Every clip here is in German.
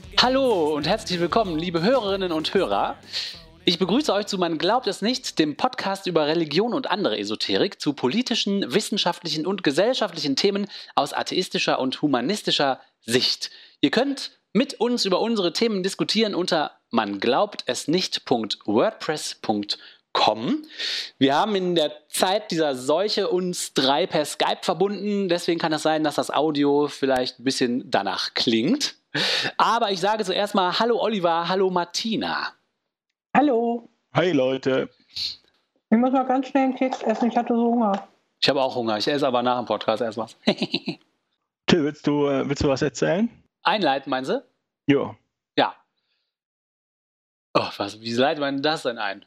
Hallo und herzlich willkommen, liebe Hörerinnen und Hörer. Ich begrüße euch zu Man glaubt es nicht, dem Podcast über Religion und andere Esoterik zu politischen, wissenschaftlichen und gesellschaftlichen Themen aus atheistischer und humanistischer Sicht. Ihr könnt mit uns über unsere Themen diskutieren unter manglaubtesnicht.wordpress.com. Wir haben in der Zeit dieser Seuche uns 3 per Skype verbunden, deswegen kann es sein, dass das Audio vielleicht ein bisschen danach klingt. Aber ich sage zuerst mal Hallo Oliver, hallo Martina. Hallo. Hi Leute. Ich muss mal ganz schnell einen Keks essen, ich hatte so Hunger. Ich habe auch Hunger, ich esse aber nach dem Podcast erst was. Till, willst du was erzählen? Einleiten, meinst du? Ja. Ja. Oh, wie leitet man das denn ein?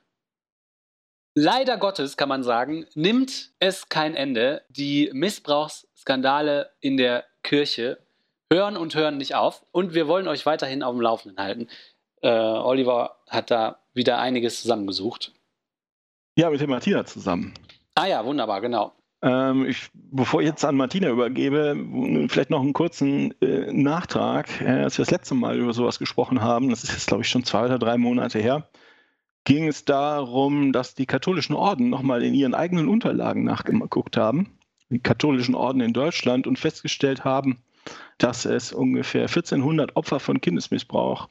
Leider Gottes, kann man sagen, nimmt es kein Ende. Die Missbrauchsskandale in der Kirche hören nicht auf. Und wir wollen euch weiterhin auf dem Laufenden halten. Oliver hat da wieder einiges zusammengesucht. Ja, mit der Martina zusammen. Ah ja, wunderbar, genau. Bevor ich jetzt an Martina übergebe, vielleicht noch einen kurzen Nachtrag. Als wir das letzte Mal über sowas gesprochen haben, das ist jetzt, glaube ich, schon 2 oder 3 Monate her, ging es darum, dass die katholischen Orden nochmal in ihren eigenen Unterlagen nachgeguckt haben, die katholischen Orden in Deutschland, und festgestellt haben, dass es ungefähr 1400 Opfer von Kindesmissbrauch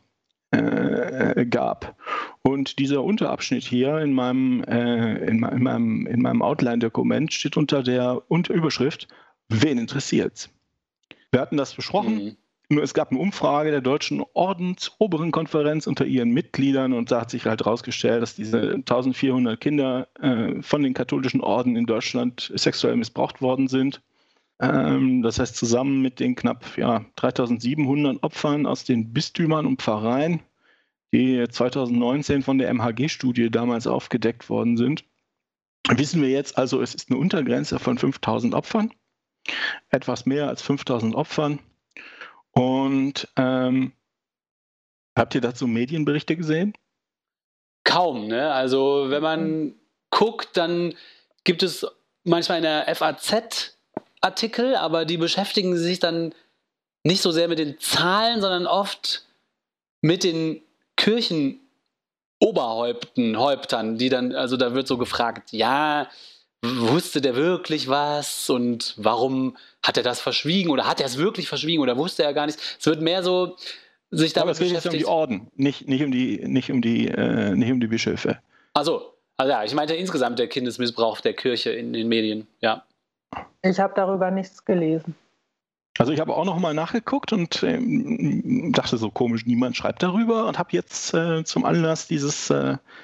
gab. Und dieser Unterabschnitt hier in meinem Outline-Dokument steht unter der Überschrift: Wen interessiert's? Wir hatten das besprochen. Nur es gab eine Umfrage der Deutschen Ordensoberen Konferenz unter ihren Mitgliedern, und da hat sich halt herausgestellt, dass diese 1400 Kinder von den katholischen Orden in Deutschland sexuell missbraucht worden sind. Das heißt, zusammen mit den knapp 3700 Opfern aus den Bistümern und Pfarreien, die 2019 von der MHG-Studie damals aufgedeckt worden sind, wissen wir jetzt also, es ist eine Untergrenze von 5000 Opfern, etwas mehr als 5000 Opfern. Und habt ihr dazu Medienberichte gesehen? Kaum, ne? Also wenn man guckt, dann gibt es manchmal in der FAZ Artikel, aber die beschäftigen sich dann nicht so sehr mit den Zahlen, sondern oft mit den Kirchenoberhäuptern, die dann, also da wird so gefragt, ja, wusste der wirklich was und warum hat er das verschwiegen oder hat er es wirklich verschwiegen oder wusste er gar nicht? Es wird mehr so sich damit beschäftigt. Aber es geht jetzt um die Orden, nicht um die Bischöfe. Also ja, ich meinte insgesamt der Kindesmissbrauch der Kirche in den Medien, ja. Ich habe darüber nichts gelesen. Also ich habe auch noch mal nachgeguckt und dachte so komisch, niemand schreibt darüber, und habe jetzt zum Anlass dieses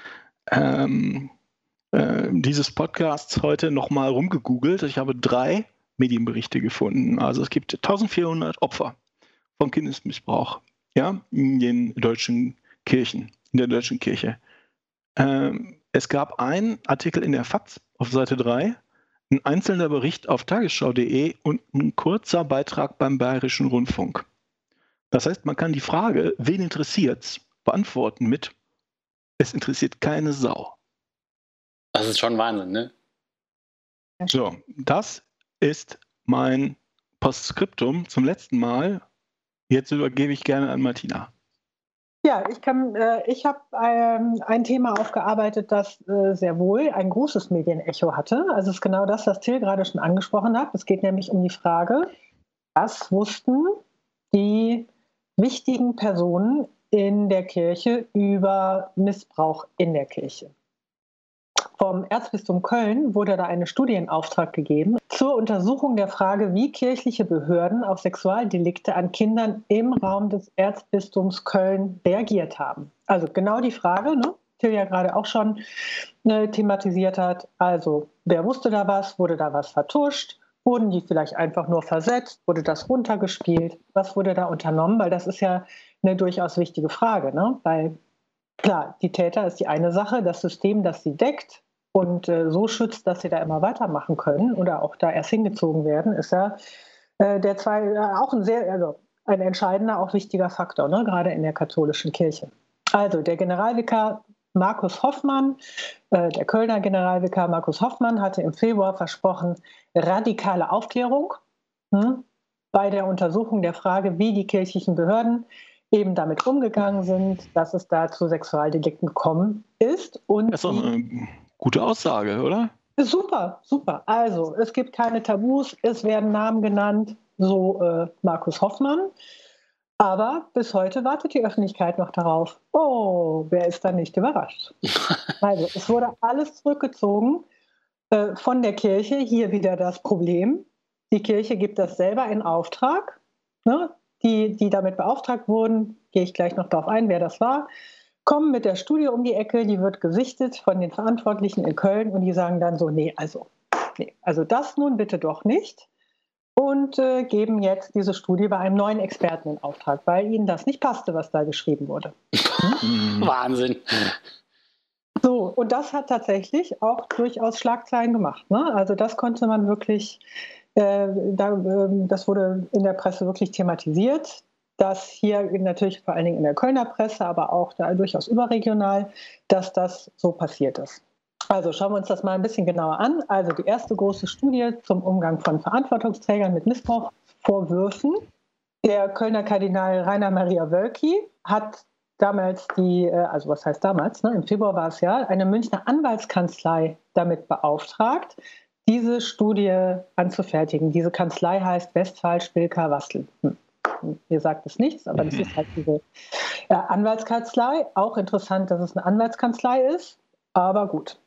Podcasts heute noch mal rumgegoogelt. Ich habe 3 Medienberichte gefunden. Also es gibt 1400 Opfer von Kindesmissbrauch, ja, in den deutschen Kirchen, in der deutschen Kirche. Es gab einen Artikel in der FAZ auf Seite 3, ein einzelner Bericht auf tagesschau.de und ein kurzer Beitrag beim Bayerischen Rundfunk. Das heißt, man kann die Frage, wen interessiert's, beantworten mit: Es interessiert keine Sau. Das ist schon Wahnsinn, ne? So, das ist mein Postskriptum zum letzten Mal. Jetzt übergebe ich gerne an Martina. Ja, ich habe ein Thema aufgearbeitet, das sehr wohl ein großes Medienecho hatte. Also es ist genau das, was Till gerade schon angesprochen hat. Es geht nämlich um die Frage, was wussten die wichtigen Personen in der Kirche über Missbrauch in der Kirche? Vom Erzbistum Köln wurde da eine Studie in Auftrag gegeben zur Untersuchung der Frage, wie kirchliche Behörden auf Sexualdelikte an Kindern im Raum des Erzbistums Köln reagiert haben. Also genau die Frage, ne, Till ja gerade auch schon thematisiert hat. Also wer wusste da was? Wurde da was vertuscht? Wurden die vielleicht einfach nur versetzt? Wurde das runtergespielt? Was wurde da unternommen? Weil das ist ja eine durchaus wichtige Frage, ne? Weil klar, die Täter ist die eine Sache, das System, das sie deckt und so schützt, dass sie da immer weitermachen können oder auch da erst hingezogen werden, ist ja auch ein entscheidender, auch wichtiger Faktor, ne? Gerade in der katholischen Kirche. Also der Generalvikar Markus Hoffmann, der Kölner Generalvikar Markus Hoffmann, hatte im Februar versprochen, radikale Aufklärung bei der Untersuchung der Frage, wie die kirchlichen Behörden eben damit umgegangen sind, dass es da zu Sexualdelikten gekommen ist. Und das ist doch eine gute Aussage, oder? Super, super. Also, es gibt keine Tabus, es werden Namen genannt, so Markus Hoffmann. Aber bis heute wartet die Öffentlichkeit noch darauf. Oh, wer ist da nicht überrascht? Also, es wurde alles zurückgezogen von der Kirche. Hier wieder das Problem. Die Kirche gibt das selber in Auftrag. Ne? Die damit beauftragt wurden, gehe ich gleich noch darauf ein, wer das war, kommen mit der Studie um die Ecke, die wird gesichtet von den Verantwortlichen in Köln und die sagen dann so, nee, also das nun bitte doch nicht und geben jetzt diese Studie bei einem neuen Experten in Auftrag, weil ihnen das nicht passte, was da geschrieben wurde. Wahnsinn. So, und das hat tatsächlich auch durchaus Schlagzeilen gemacht. Ne? Also das konnte man wirklich, das wurde in der Presse wirklich thematisiert, dass hier natürlich vor allen Dingen in der Kölner Presse, aber auch da durchaus überregional, dass das so passiert ist. Also schauen wir uns das mal ein bisschen genauer an. Also die erste große Studie zum Umgang von Verantwortungsträgern mit Missbrauchsvorwürfen. Der Kölner Kardinal Rainer Maria Wölki hat damals also was heißt damals, ne? Im Februar war es ja, eine Münchner Anwaltskanzlei damit beauftragt, diese Studie anzufertigen. Diese Kanzlei heißt Westphal Spilker Wastel. Ihr sagt es nichts, aber das ist halt diese Anwaltskanzlei. Auch interessant, dass es eine Anwaltskanzlei ist, aber gut.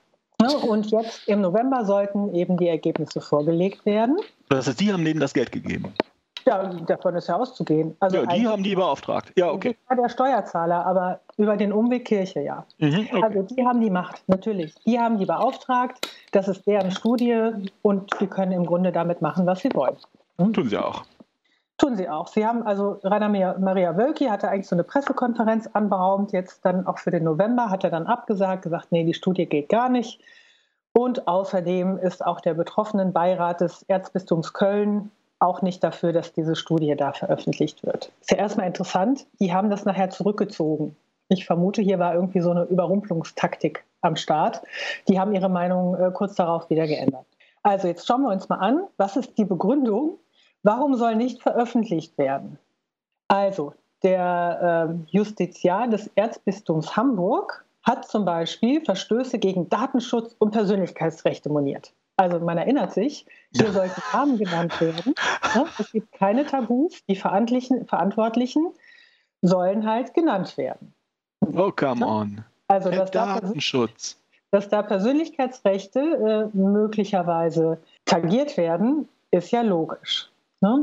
Und jetzt im November sollten eben die Ergebnisse vorgelegt werden. Das heißt, die haben denen das Geld gegeben? Ja, davon ist ja auszugehen. Also ja, die haben die beauftragt. Ja, okay. Der Steuerzahler, aber über den Umweg Kirche, ja. Okay. Also die haben die Macht, natürlich. Die haben die beauftragt. Das ist deren Studie und die können im Grunde damit machen, was sie wollen. Tun sie auch. Tun sie auch. Sie haben also, Rainer Maria Wölki hatte eigentlich so eine Pressekonferenz anberaumt, jetzt dann auch für den November, hat er dann abgesagt, gesagt, nee, die Studie geht gar nicht. Und außerdem ist auch der betroffenen Beirat des Erzbistums Köln auch nicht dafür, dass diese Studie da veröffentlicht wird. Ist ja erstmal interessant, die haben das nachher zurückgezogen. Ich vermute, hier war irgendwie so eine Überrumpelungstaktik am Start. Die haben ihre Meinung kurz darauf wieder geändert. Also jetzt schauen wir uns mal an, was ist die Begründung? Warum soll nicht veröffentlicht werden? Also, der Justiziar des Erzbistums Hamburg hat zum Beispiel Verstöße gegen Datenschutz und Persönlichkeitsrechte moniert. Also man erinnert sich, hier sollten Namen genannt werden. Ne? Es gibt keine Tabus, die Verantwortlichen sollen halt genannt werden. Oh, come on. Also Datenschutz. Dass da Persönlichkeitsrechte möglicherweise tangiert werden, ist ja logisch. Ne?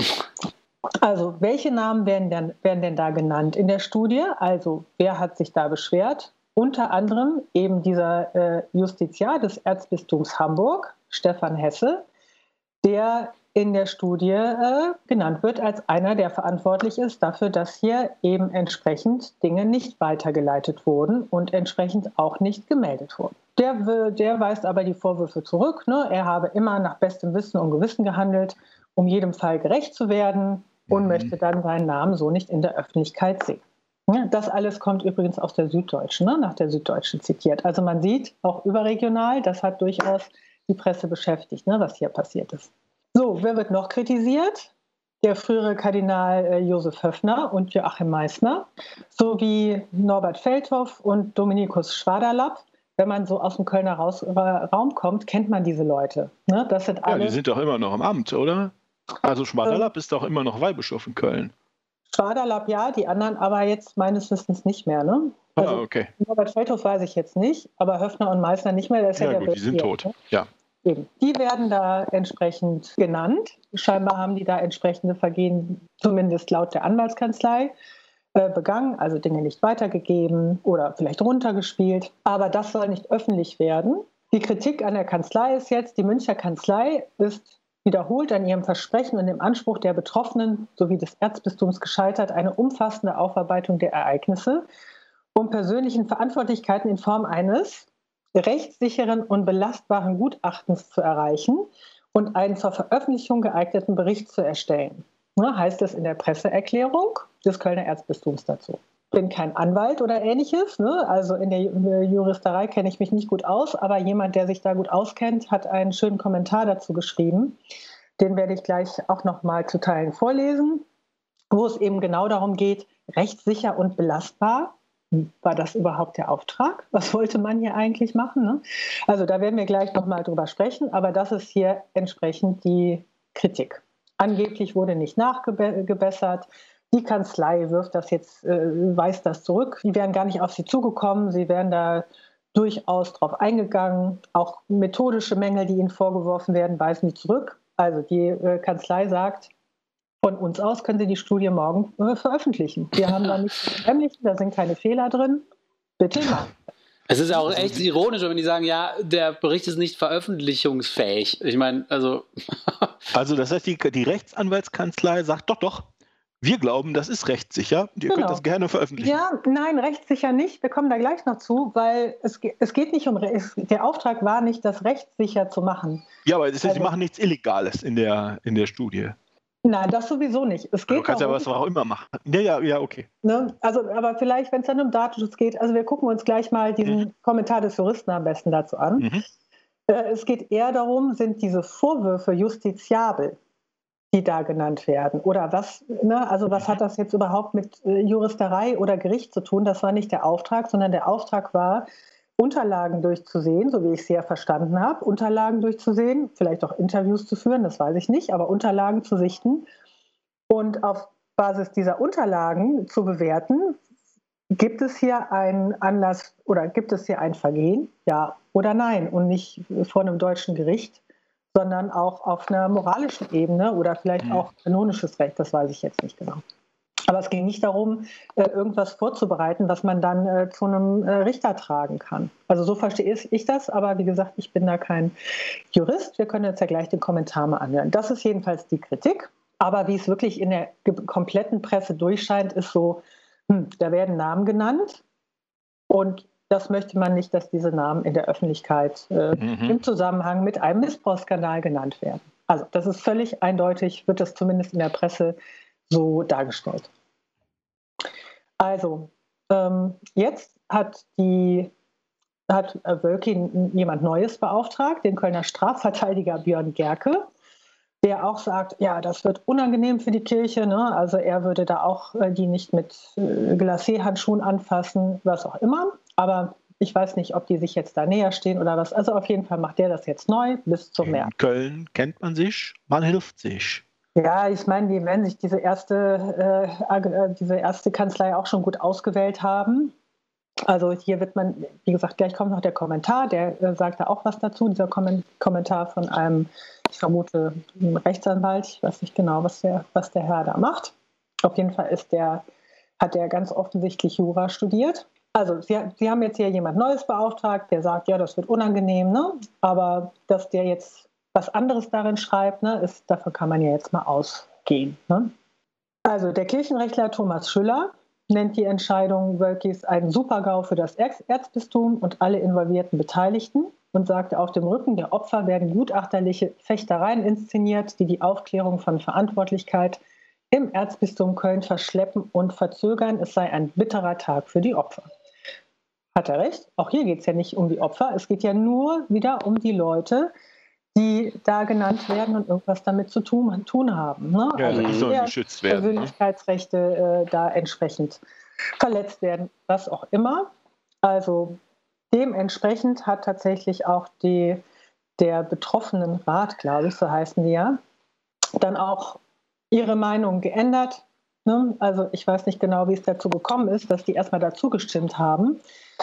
Also, welche Namen werden denn da genannt in der Studie? Also, wer hat sich da beschwert? Unter anderem eben dieser Justiziar des Erzbistums Hamburg, Stefan Hesse, der in der Studie genannt wird als einer, der verantwortlich ist dafür, dass hier eben entsprechend Dinge nicht weitergeleitet wurden und entsprechend auch nicht gemeldet wurden. Der weist aber die Vorwürfe zurück. Ne? Er habe immer nach bestem Wissen und Gewissen gehandelt, um jedem Fall gerecht zu werden und möchte dann seinen Namen so nicht in der Öffentlichkeit sehen. Ja, das alles kommt übrigens aus der Süddeutschen, ne? Nach der Süddeutschen zitiert. Also man sieht auch überregional, das hat durchaus die Presse beschäftigt, ne, was hier passiert ist. So, wer wird noch kritisiert? Der frühere Kardinal Josef Höffner und Joachim Meissner sowie Norbert Feldhoff und Dominikus Schwaderlapp. Wenn man so aus dem Kölner Raum kommt, kennt man diese Leute. Ne? Das sind alle, die sind doch immer noch im Amt, oder? Also Schwaderlapp ist doch immer noch Weihbischof in Köln. Schwaderlapp ja, die anderen aber jetzt meines Wissens nicht mehr. Ne? Also okay. Norbert Feldhoff weiß ich jetzt nicht, aber Höffner und Meissner nicht mehr. Der ist ja gut, die sind tot. Ne? Ja. Eben. Die werden da entsprechend genannt. Scheinbar haben die da entsprechende Vergehen, zumindest laut der Anwaltskanzlei, begangen, also Dinge nicht weitergegeben oder vielleicht runtergespielt. Aber das soll nicht öffentlich werden. Die Kritik an der Kanzlei ist jetzt, die Münchner Kanzlei ist wiederholt an ihrem Versprechen und dem Anspruch der Betroffenen sowie des Erzbistums gescheitert, eine umfassende Aufarbeitung der Ereignisse, um persönlichen Verantwortlichkeiten in Form eines rechtssicheren und belastbaren Gutachtens zu erreichen und einen zur Veröffentlichung geeigneten Bericht zu erstellen. Ne, heißt es in der Presseerklärung des Kölner Erzbistums dazu. Ich bin kein Anwalt oder Ähnliches, ne? Also in der Juristerei kenne ich mich nicht gut aus, aber jemand, der sich da gut auskennt, hat einen schönen Kommentar dazu geschrieben. Den werde ich gleich auch noch mal zu Teilen vorlesen, wo es eben genau darum geht, rechtssicher und belastbar. War das überhaupt der Auftrag? Was wollte man hier eigentlich machen? Ne? Also da werden wir gleich nochmal drüber sprechen, aber das ist hier entsprechend die Kritik. Angeblich wurde nicht nachgebessert. Die Kanzlei wirft das jetzt, weist das zurück. Die wären gar nicht auf sie zugekommen. Sie wären da durchaus drauf eingegangen. Auch methodische Mängel, die ihnen vorgeworfen werden, weisen sie zurück. Also die Kanzlei sagt, von uns aus können Sie die Studie morgen veröffentlichen. Wir haben da nichts zu verheimlichen, da sind keine Fehler drin. Bitte machen. Es ist auch echt ironisch, wenn die sagen, ja, der Bericht ist nicht veröffentlichungsfähig. Ich meine, also... Also das heißt, die Rechtsanwaltskanzlei sagt, doch, wir glauben, das ist rechtssicher. Ihr könnt das gerne veröffentlichen. Ja, nein, rechtssicher nicht. Wir kommen da gleich noch zu, weil es geht nicht um... Der Auftrag war nicht, das rechtssicher zu machen. Ja, aber sie machen nichts Illegales in der Studie. Nein, das sowieso nicht. Es geht du kannst darum, ja was auch immer machen. Ja, okay. Ne? Also, aber vielleicht, wenn es dann um Datenschutz geht, also wir gucken uns gleich mal diesen Kommentar des Juristen am besten dazu an. Mhm. Es geht eher darum, sind diese Vorwürfe justiziabel, die da genannt werden? Oder was, ne? Also was hat das jetzt überhaupt mit Juristerei oder Gericht zu tun? Das war nicht der Auftrag, sondern der Auftrag war, Unterlagen durchzusehen, so wie ich sie ja verstanden habe, Unterlagen durchzusehen, vielleicht auch Interviews zu führen, das weiß ich nicht, aber Unterlagen zu sichten und auf Basis dieser Unterlagen zu bewerten, gibt es hier einen Anlass oder gibt es hier ein Vergehen, ja oder nein, und nicht vor einem deutschen Gericht, sondern auch auf einer moralischen Ebene oder vielleicht auch kanonisches Recht, das weiß ich jetzt nicht genau. Aber es ging nicht darum, irgendwas vorzubereiten, was man dann zu einem Richter tragen kann. Also so verstehe ich das, aber wie gesagt, ich bin da kein Jurist. Wir können jetzt ja gleich den Kommentar mal anhören. Das ist jedenfalls die Kritik. Aber wie es wirklich in der kompletten Presse durchscheint, ist so, da werden Namen genannt und das möchte man nicht, dass diese Namen in der Öffentlichkeit im Zusammenhang mit einem Missbrauchsskandal genannt werden. Also das ist völlig eindeutig, wird das zumindest in der Presse so dargestellt. Also, jetzt hat Wölki jemand Neues beauftragt, den Kölner Strafverteidiger Björn Gerke, der auch sagt, ja, das wird unangenehm für die Kirche, ne? Also er würde da auch die nicht mit Glacé-Handschuhen anfassen, was auch immer. Aber ich weiß nicht, ob die sich jetzt da näher stehen oder was. Also auf jeden Fall macht der das jetzt neu bis zum März. In Köln kennt man sich, man hilft sich. Ja, ich meine, die werden sich diese erste Kanzlei auch schon gut ausgewählt haben. Also hier wird man, wie gesagt, gleich kommt noch der Kommentar, der sagt da auch was dazu, dieser Kommentar von einem, ich vermute, einem Rechtsanwalt, ich weiß nicht genau, was der Herr da macht. Auf jeden Fall hat der ganz offensichtlich Jura studiert. Also Sie haben jetzt hier jemand Neues beauftragt, der sagt, ja, das wird unangenehm, ne? Aber dass der jetzt was anderes darin schreibt, ne, davon kann man ja jetzt mal ausgehen. Ne? Also der Kirchenrechtler Thomas Schüller nennt die Entscheidung Wölkis einen Super-GAU für das Erzbistum und alle involvierten Beteiligten und sagte, auf dem Rücken der Opfer werden gutachterliche Fechtereien inszeniert, die die Aufklärung von Verantwortlichkeit im Erzbistum Köln verschleppen und verzögern. Es sei ein bitterer Tag für die Opfer. Hat er recht? Auch hier geht es ja nicht um die Opfer, es geht ja nur wieder um die Leute, die da genannt werden und irgendwas damit zu tun haben. Ne? Ja, also die sollen geschützt werden. Persönlichkeitsrechte da entsprechend verletzt werden, was auch immer. Also dementsprechend hat tatsächlich auch der Betroffenenrat, glaube ich, so heißen die ja, dann auch ihre Meinung geändert. Ne? Also ich weiß nicht genau, wie es dazu gekommen ist, dass die erstmal dazu gestimmt haben.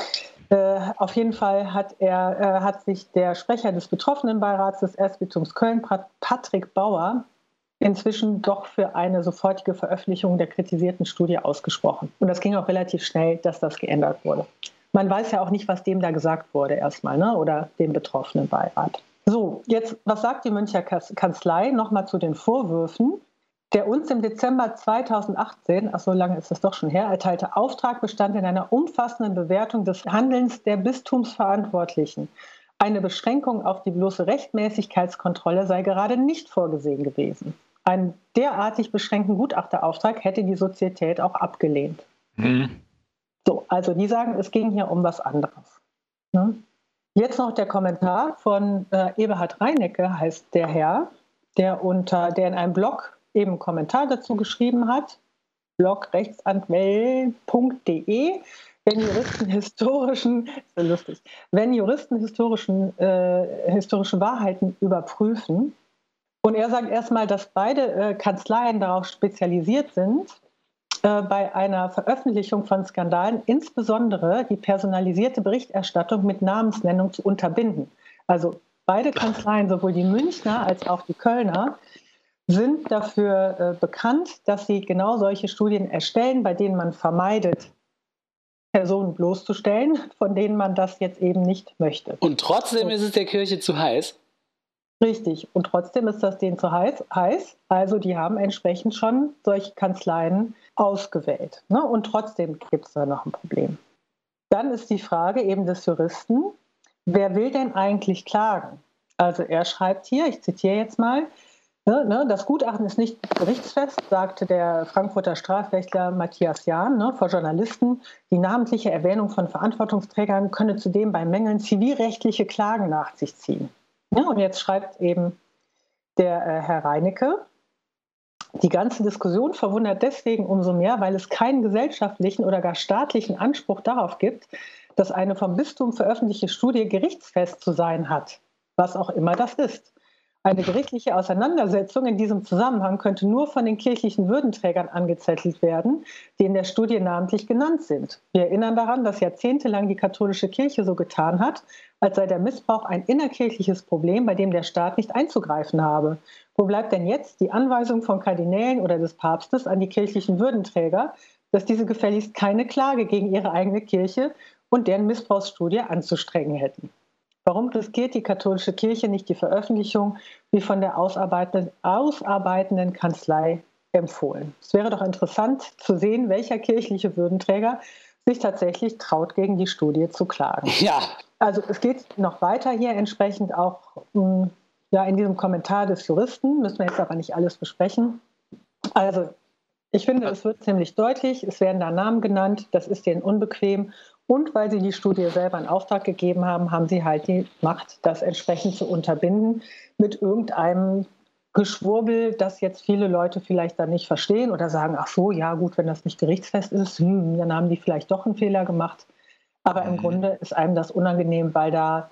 Auf jeden Fall hat sich der Sprecher des Betroffenenbeirats des Erzbistums Köln, Patrick Bauer, inzwischen doch für eine sofortige Veröffentlichung der kritisierten Studie ausgesprochen. Und das ging auch relativ schnell, dass das geändert wurde. Man weiß ja auch nicht, was dem da gesagt wurde erstmal, ne? Oder dem Betroffenenbeirat. So, jetzt, was sagt die Münchner Kanzlei? Nochmal zu den Vorwürfen. Der uns im Dezember 2018, so lange ist es doch schon her, erteilte Auftrag bestand in einer umfassenden Bewertung des Handelns der Bistumsverantwortlichen. Eine Beschränkung auf die bloße Rechtmäßigkeitskontrolle sei gerade nicht vorgesehen gewesen. Einen derartig beschränkten Gutachterauftrag hätte die Sozietät auch abgelehnt. So, also die sagen, es ging hier um was anderes. Ne? Jetzt noch der Kommentar von Eberhard Reinecke, heißt der Herr, der in einem Blog eben einen Kommentar dazu geschrieben hat. Blog rechtsanwält.de, wenn Juristen historische Wahrheiten überprüfen. Und er sagt erstmal, dass beide Kanzleien darauf spezialisiert sind, bei einer Veröffentlichung von Skandalen insbesondere die personalisierte Berichterstattung mit Namensnennung zu unterbinden. Also beide Kanzleien, sowohl die Münchner als auch die Kölner, sind dafür bekannt, dass sie genau solche Studien erstellen, bei denen man vermeidet, Personen bloßzustellen, von denen man das jetzt eben nicht möchte. Und trotzdem ist es der Kirche zu heiß? Richtig. Und trotzdem ist das denen zu heiß. Also die haben entsprechend schon solche Kanzleien ausgewählt. Ne? Und trotzdem gibt es da noch ein Problem. Dann ist die Frage eben des Juristen, wer will denn eigentlich klagen? Also er schreibt hier, ich zitiere jetzt mal, das Gutachten ist nicht gerichtsfest, sagte der Frankfurter Strafrechtler Matthias Jahn vor Journalisten. Die namentliche Erwähnung von Verantwortungsträgern könne zudem bei Mängeln zivilrechtliche Klagen nach sich ziehen. Ja, und jetzt schreibt eben der Herr Reinecke, die ganze Diskussion verwundert deswegen umso mehr, weil es keinen gesellschaftlichen oder gar staatlichen Anspruch darauf gibt, dass eine vom Bistum veröffentlichte Studie gerichtsfest zu sein hat, was auch immer das ist. Eine gerichtliche Auseinandersetzung in diesem Zusammenhang könnte nur von den kirchlichen Würdenträgern angezettelt werden, die in der Studie namentlich genannt sind. Wir erinnern daran, dass jahrzehntelang die katholische Kirche so getan hat, als sei der Missbrauch ein innerkirchliches Problem, bei dem der Staat nicht einzugreifen habe. Wo bleibt denn jetzt die Anweisung von Kardinälen oder des Papstes an die kirchlichen Würdenträger, dass diese gefälligst keine Klage gegen ihre eigene Kirche und deren Missbrauchsstudie anzustrengen hätten? Warum riskiert die katholische Kirche nicht die Veröffentlichung wie von der ausarbeitenden Kanzlei empfohlen? Es wäre doch interessant zu sehen, welcher kirchliche Würdenträger sich tatsächlich traut, gegen die Studie zu klagen. Ja. Also es geht noch weiter hier entsprechend auch in diesem Kommentar des Juristen, müssen wir jetzt aber nicht alles besprechen. Also ich finde, es wird ziemlich deutlich, es werden da Namen genannt, das ist denen unbequem. Und weil sie die Studie selber in Auftrag gegeben haben, haben sie halt die Macht, das entsprechend zu unterbinden mit irgendeinem Geschwurbel, das jetzt viele Leute vielleicht dann nicht verstehen oder sagen, ach so, ja gut, wenn das nicht gerichtsfest ist, dann haben die vielleicht doch einen Fehler gemacht. Aber im Grunde ist einem das unangenehm, weil da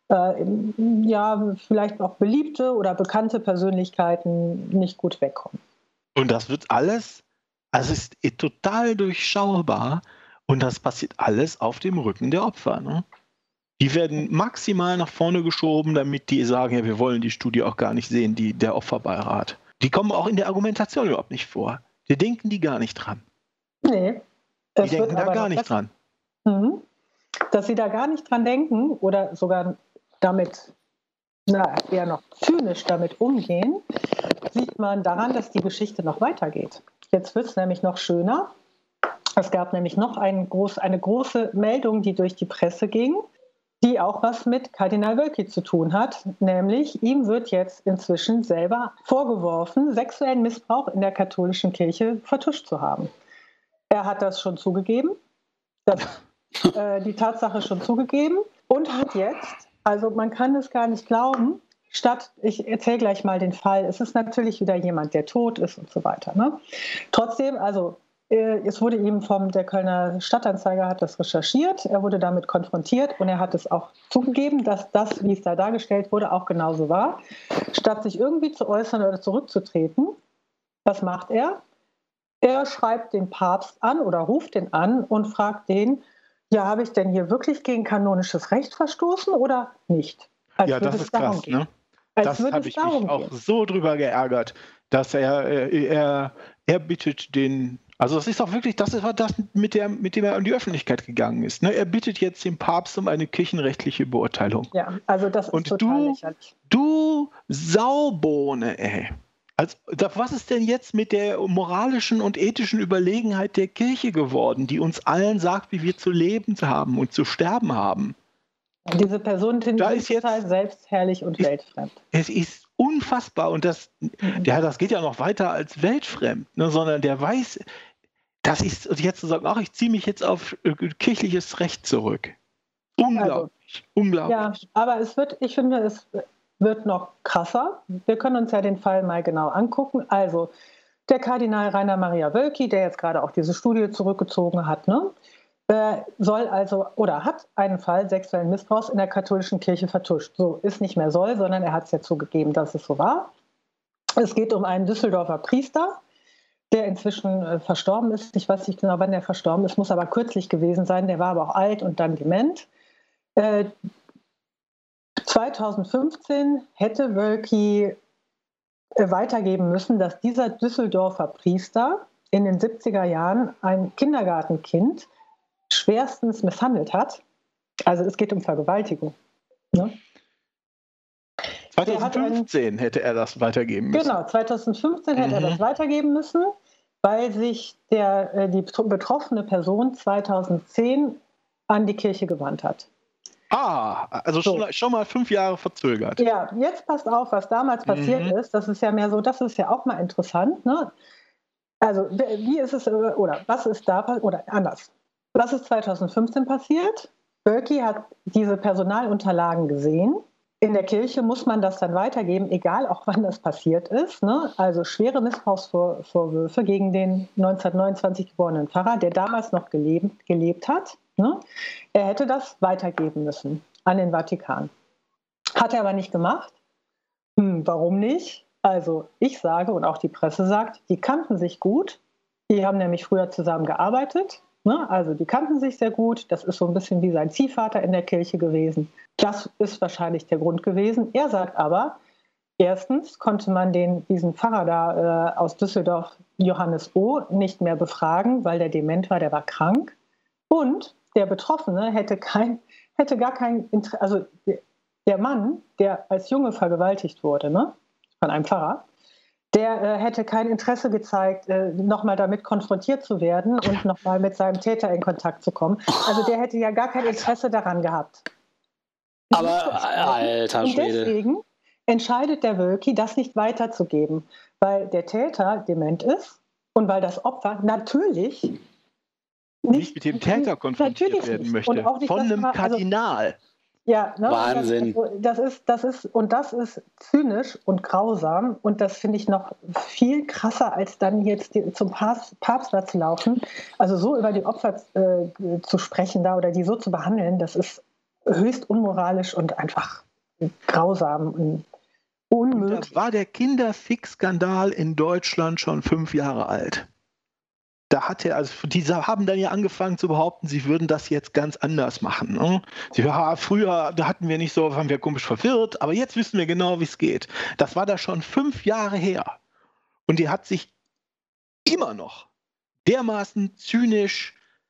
vielleicht auch beliebte oder bekannte Persönlichkeiten nicht gut wegkommen. Und das wird alles, also es ist total durchschaubar. Und das passiert alles auf dem Rücken der Opfer. Ne? Die werden maximal nach vorne geschoben, damit die sagen, ja, wir wollen die Studie auch gar nicht sehen, der Opferbeirat. Die kommen auch in der Argumentation überhaupt nicht vor. Die denken die gar nicht dran. Nee. Die denken da gar nicht dran. Dass sie da gar nicht dran denken oder sogar damit eher noch zynisch damit umgehen, sieht man daran, dass die Geschichte noch weitergeht. Jetzt wird es nämlich noch schöner. Es gab nämlich noch eine große Meldung, die durch die Presse ging, die auch was mit Kardinal Wölki zu tun hat. Nämlich, ihm wird jetzt inzwischen selber vorgeworfen, sexuellen Missbrauch in der katholischen Kirche vertuscht zu haben. Er hat das schon zugegeben, die Tatsache schon zugegeben und hat jetzt, also man kann es gar nicht glauben, ich erzähle gleich mal den Fall, es ist natürlich wieder jemand, der tot ist und so weiter. Ne? Trotzdem, also es wurde ihm der Kölner Stadtanzeiger hat das recherchiert, er wurde damit konfrontiert und er hat es auch zugegeben, dass das, wie es da dargestellt wurde, auch genauso war. Statt sich irgendwie zu äußern oder zurückzutreten, was macht er? Er schreibt den Papst an oder ruft den an und fragt den, ja, habe ich denn hier wirklich gegen kanonisches Recht verstoßen oder nicht? Ja, das ist krass, ne? Das habe ich mich auch so drüber geärgert, dass er bittet den, also das ist auch wirklich, das war das, mit dem er an die Öffentlichkeit gegangen ist. Ne? Er bittet jetzt den Papst um eine kirchenrechtliche Beurteilung. Ja, also das ist total lächerlich. Du Saubohne, ey. Also, was ist denn jetzt mit der moralischen und ethischen Überlegenheit der Kirche geworden, die uns allen sagt, wie wir zu leben haben und zu sterben haben? Diese Person sind total selbstherrlich und weltfremd. Es ist unfassbar und das geht ja noch weiter als weltfremd, ne, sondern der weiß, das ist jetzt zu sagen, ach, ich ziehe mich jetzt auf kirchliches Recht zurück. Unglaublich, unglaublich. Ja, aber ich finde, es wird noch krasser. Wir können uns ja den Fall mal genau angucken. Also, Der Kardinal Rainer Maria Wölki, der jetzt gerade auch diese Studie zurückgezogen hat, ne, soll also oder hat einen Fall sexuellen Missbrauchs in der katholischen Kirche vertuscht. So ist nicht mehr soll, sondern er hat es ja zugegeben, dass es so war. Es geht um einen Düsseldorfer Priester, der inzwischen verstorben ist. Ich weiß nicht genau, wann der verstorben ist, muss aber kürzlich gewesen sein. Der war aber auch alt und dann dement. 2015 hätte Wölki weitergeben müssen, dass dieser Düsseldorfer Priester in den 70er Jahren ein Kindergartenkind schwerstens misshandelt hat. Also es geht um Vergewaltigung. Ne? 2015 hätte er das weitergeben müssen. Genau, 2015 hätte er das weitergeben müssen, weil sich die betroffene Person 2010 an die Kirche gewandt hat. Also so. schon mal 5 Jahre verzögert. Ja, jetzt passt auf, was damals passiert ist. Das ist ja mehr so, das ist ja auch mal interessant. Ne? Also wie ist es, oder was ist da, oder anders. Was ist 2015 passiert? Wölki hat diese Personalunterlagen gesehen. In der Kirche muss man das dann weitergeben, egal auch wann das passiert ist. Ne? Also schwere Missbrauchsvorwürfe gegen den 1929 geborenen Pfarrer, der damals noch gelebt hat. Ne? Er hätte das weitergeben müssen an den Vatikan. Hat er aber nicht gemacht. Warum nicht? Also ich sage und auch die Presse sagt, die kannten sich gut. Die haben nämlich früher zusammen gearbeitet. Ne? Also die kannten sich sehr gut. Das ist so ein bisschen wie sein Ziehvater in der Kirche gewesen. Das ist wahrscheinlich der Grund gewesen. Er sagt aber, erstens konnte man diesen Pfarrer da aus Düsseldorf, Johannes O., nicht mehr befragen, weil der dement war, der war krank. Und der Betroffene hätte gar kein Interesse, also der Mann, der als Junge vergewaltigt wurde, ne, von einem Pfarrer, der hätte kein Interesse gezeigt, nochmal damit konfrontiert zu werden und nochmal mit seinem Täter in Kontakt zu kommen. Also der hätte ja gar kein Interesse daran gehabt. Aber, alter Schwede. Und deswegen entscheidet der Wölki, das nicht weiterzugeben, weil der Täter dement ist und weil das Opfer natürlich nicht mit dem Täter konfrontiert werden möchte. Von einem Kardinal. Ja, ne? Wahnsinn. Das ist zynisch und grausam und das finde ich noch viel krasser, als dann jetzt zum Papst da zu laufen. Also so über die Opfer zu sprechen da oder die so zu behandeln, das ist höchst unmoralisch und einfach grausam und unmöglich. Und da war der Kinderfix-Skandal in Deutschland schon 5 Jahre alt. Da diese haben dann ja angefangen zu behaupten, sie würden das jetzt ganz anders machen. Ne? Früher, da waren wir komisch verwirrt, aber jetzt wissen wir genau, wie es geht. Das war da schon 5 Jahre her. Und die hat sich immer noch dermaßen zynisch,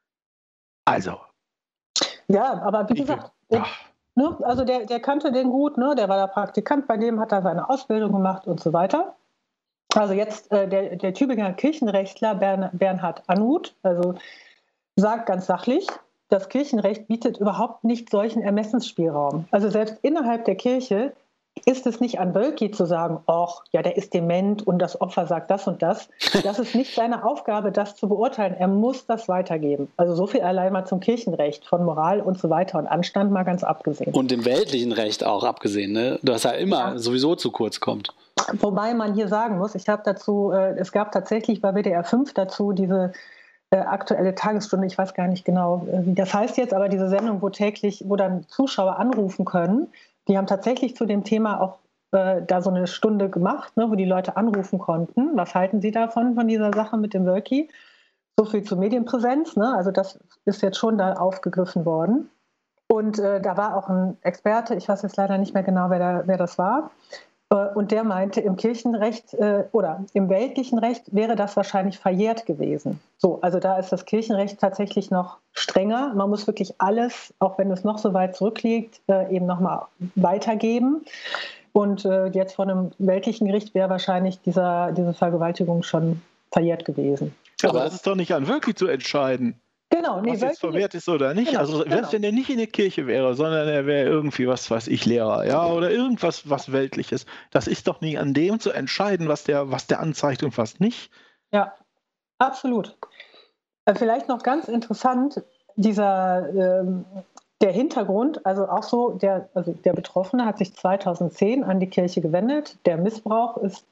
Ja, aber wie gesagt, ne, also der kannte den gut, ne? Der war der Praktikant, bei dem hat er seine Ausbildung gemacht und so weiter. Also jetzt der Tübinger Kirchenrechtler Bernhard Anhuth, also sagt ganz sachlich, das Kirchenrecht bietet überhaupt nicht solchen Ermessensspielraum. Also selbst innerhalb der Kirche ist es nicht an Wölki zu sagen, ach, ja, der ist dement und das Opfer sagt das und das. Das ist nicht seine Aufgabe, das zu beurteilen. Er muss das weitergeben. Also so viel allein mal zum Kirchenrecht, von Moral und so weiter und Anstand mal ganz abgesehen. Und dem weltlichen Recht auch abgesehen, ne? Das ja immer sowieso zu kurz kommt. Wobei man hier sagen muss, es gab tatsächlich bei WDR 5 dazu diese aktuelle Tagesstunde, ich weiß gar nicht genau, wie das heißt jetzt, aber diese Sendung, wo dann Zuschauer anrufen können, die haben tatsächlich zu dem Thema auch da so eine Stunde gemacht, ne, wo die Leute anrufen konnten. Was halten Sie davon, von dieser Sache mit dem Wölki? So viel zur Medienpräsenz, ne? Also das ist jetzt schon da aufgegriffen worden. Und da war auch ein Experte, ich weiß jetzt leider nicht mehr genau, wer das war, und der meinte, im Kirchenrecht oder im weltlichen Recht wäre das wahrscheinlich verjährt gewesen. So, also da ist das Kirchenrecht tatsächlich noch strenger. Man muss wirklich alles, auch wenn es noch so weit zurückliegt, eben nochmal weitergeben. Und jetzt von einem weltlichen Gericht wäre wahrscheinlich diese Vergewaltigung schon verjährt gewesen. Aber das ist doch nicht an Wölki zu entscheiden. Genau, was jetzt verwehrt ist oder nicht. Genau, also selbst wenn er nicht in der Kirche wäre, sondern er wäre irgendwie, was weiß ich, Lehrer, ja, oder irgendwas was Weltliches. Das ist doch nicht an dem zu entscheiden, was der anzeigt und was nicht. Ja, absolut. Vielleicht noch ganz interessant, der Hintergrund, also auch so, der Betroffene hat sich 2010 an die Kirche gewendet. Der Missbrauch ist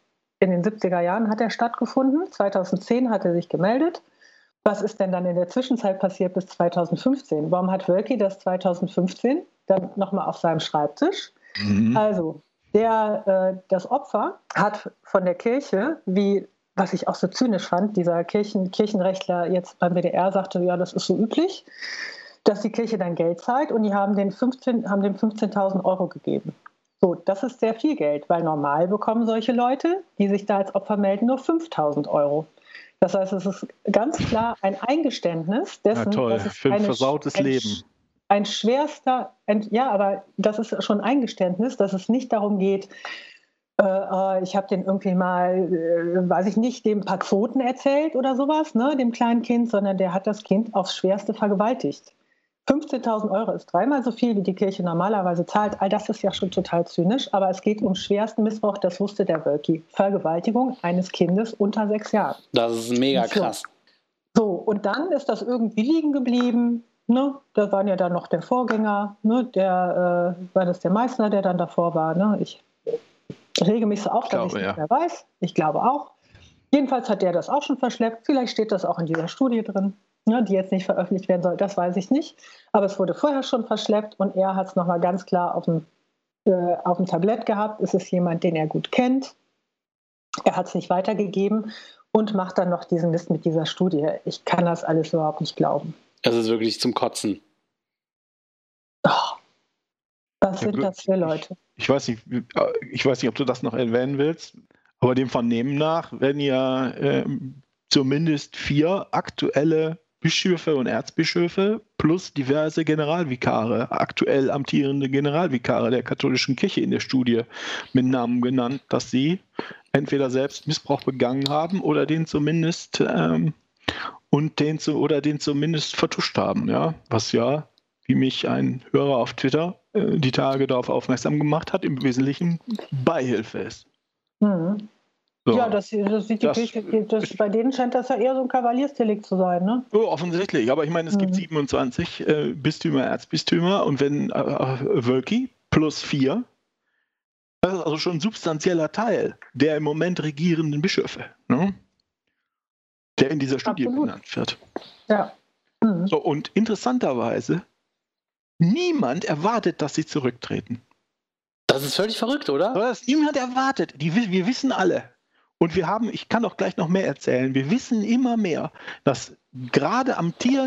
in den 70er Jahren hat er stattgefunden. 2010 hat er sich gemeldet. Was ist denn dann in der Zwischenzeit passiert bis 2015? Warum hat Wölki das 2015 dann nochmal auf seinem Schreibtisch? Also, das Opfer hat von der Kirche, was ich auch so zynisch fand, dieser Kirchenrechtler jetzt beim WDR sagte, ja, das ist so üblich, dass die Kirche dann Geld zahlt und die haben dem 15.000 Euro gegeben. So, das ist sehr viel Geld, weil normal bekommen solche Leute, die sich da als Opfer melden, nur 5.000 Euro. Das heißt, es ist ganz klar ein Eingeständnis dessen, dass es für ein versautes Leben. Aber das ist schon ein Eingeständnis, dass es nicht darum geht, ich habe den irgendwie mal, weiß ich nicht, dem ein paar Zoten erzählt oder sowas, ne, dem kleinen Kind, sondern der hat das Kind aufs Schwerste vergewaltigt. 15.000 Euro ist 3-mal so viel, wie die Kirche normalerweise zahlt. All das ist ja schon total zynisch, aber es geht um schwersten Missbrauch, das wusste der Wölki. Vergewaltigung eines Kindes unter 6 Jahren. Das ist mega krass. So, und dann ist das irgendwie liegen geblieben. Ne? Da waren ja dann noch der Vorgänger, ne? War das der Meißner, der dann davor war. Ne? Ich rege mich so auf, dass ich es nicht mehr weiß. Ich glaube auch. Jedenfalls hat der das auch schon verschleppt. Vielleicht steht das auch in dieser Studie drin, ne, die jetzt nicht veröffentlicht werden soll. Das weiß ich nicht. Aber es wurde vorher schon verschleppt und er hat es nochmal ganz klar auf dem Tablett gehabt. Es ist jemand, den er gut kennt. Er hat es nicht weitergegeben und macht dann noch diesen Mist mit dieser Studie. Ich kann das alles überhaupt nicht glauben. Das ist wirklich zum Kotzen. Oh, was sind das für Leute? Ich weiß nicht, ob du das noch erwähnen willst, aber dem Vernehmen nach werden ja zumindest 4 aktuelle Bischöfe und Erzbischöfe plus diverse Generalvikare, aktuell amtierende Generalvikare der katholischen Kirche in der Studie mit Namen genannt, dass sie entweder selbst Missbrauch begangen haben oder den zumindest den zumindest vertuscht haben, ja, was ja, wie mich ein Hörer auf Twitter die Tage darauf aufmerksam gemacht hat, im Wesentlichen Beihilfe ist. Mhm. So. Ja, das sieht die Kirche, bei denen scheint das ja eher so ein Kavaliersdelikt zu sein, ne? Oh, offensichtlich, aber ich meine, es gibt 27 Bistümer, Erzbistümer und wenn Wölki plus 4, das ist also schon ein substanzieller Teil der im Moment regierenden Bischöfe, ne? Der in dieser Studie genannt wird. Ja. Mhm. So, und interessanterweise, niemand erwartet, dass sie zurücktreten. Das ist völlig verrückt, oder? Das niemand erwartet. Wir wissen alle. Und ich kann auch gleich noch mehr erzählen, wir wissen immer mehr, dass gerade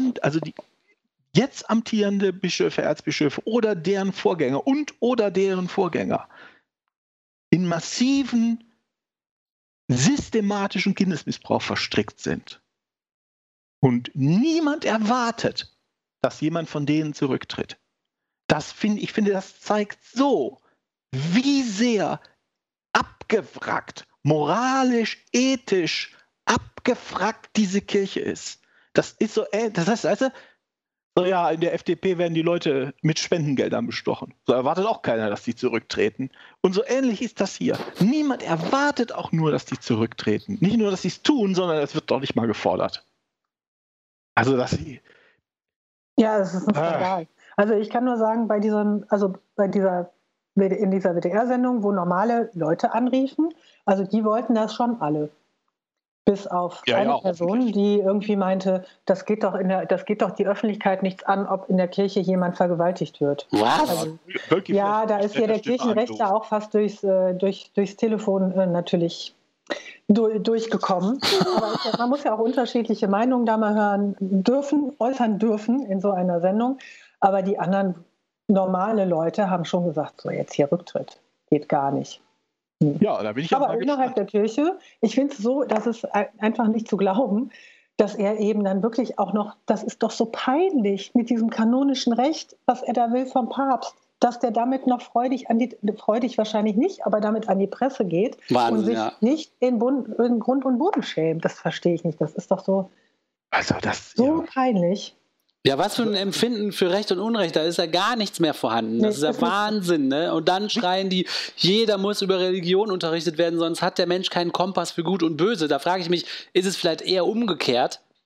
jetzt amtierende Bischöfe, Erzbischöfe oder deren Vorgänger oder deren Vorgänger in massiven systematischen Kindesmissbrauch verstrickt sind. Und niemand erwartet, dass jemand von denen zurücktritt. Das zeigt so, wie sehr abgewrackt, moralisch, ethisch abgewrackt diese Kirche ist. Das ist so, das heißt, weißt du, so ja, in der FDP werden die Leute mit Spendengeldern bestochen. So erwartet auch keiner, dass die zurücktreten. Und so ähnlich ist das hier. Niemand erwartet auch nur, dass die zurücktreten. Nicht nur, dass sie es tun, sondern es wird doch nicht mal gefordert. Also, ja, das ist ein Skandal. Also ich kann nur sagen, in dieser WDR-Sendung, wo normale Leute anriefen, also die wollten das schon alle. Bis auf eine Person, die irgendwie meinte, das geht doch die Öffentlichkeit nichts an, ob in der Kirche jemand vergewaltigt wird. Was? Also, ja, da ist ja der Kirchenrechtler auch fast durchs Telefon natürlich durchgekommen. Aber man muss ja auch unterschiedliche Meinungen da mal äußern dürfen in so einer Sendung. Aber die anderen normale Leute haben schon gesagt, so jetzt hier Rücktritt, geht gar nicht. Ja, da bin ich aber innerhalb der Kirche, ich finde es so, dass es einfach nicht zu glauben, dass er eben dann wirklich auch noch, das ist doch so peinlich mit diesem kanonischen Recht, was er da will vom Papst, dass der damit noch freudig wahrscheinlich nicht, aber damit an die Presse geht. Wahnsinn, und sich nicht in Grund und Boden schämt. Das verstehe ich nicht. Das ist doch so, peinlich. Ja, was für ein Empfinden für Recht und Unrecht, da ist ja gar nichts mehr vorhanden. Das ist ja Wahnsinn, ne? Und dann schreien die, jeder muss über Religion unterrichtet werden, sonst hat der Mensch keinen Kompass für Gut und Böse. Da frage ich mich, ist es vielleicht eher umgekehrt?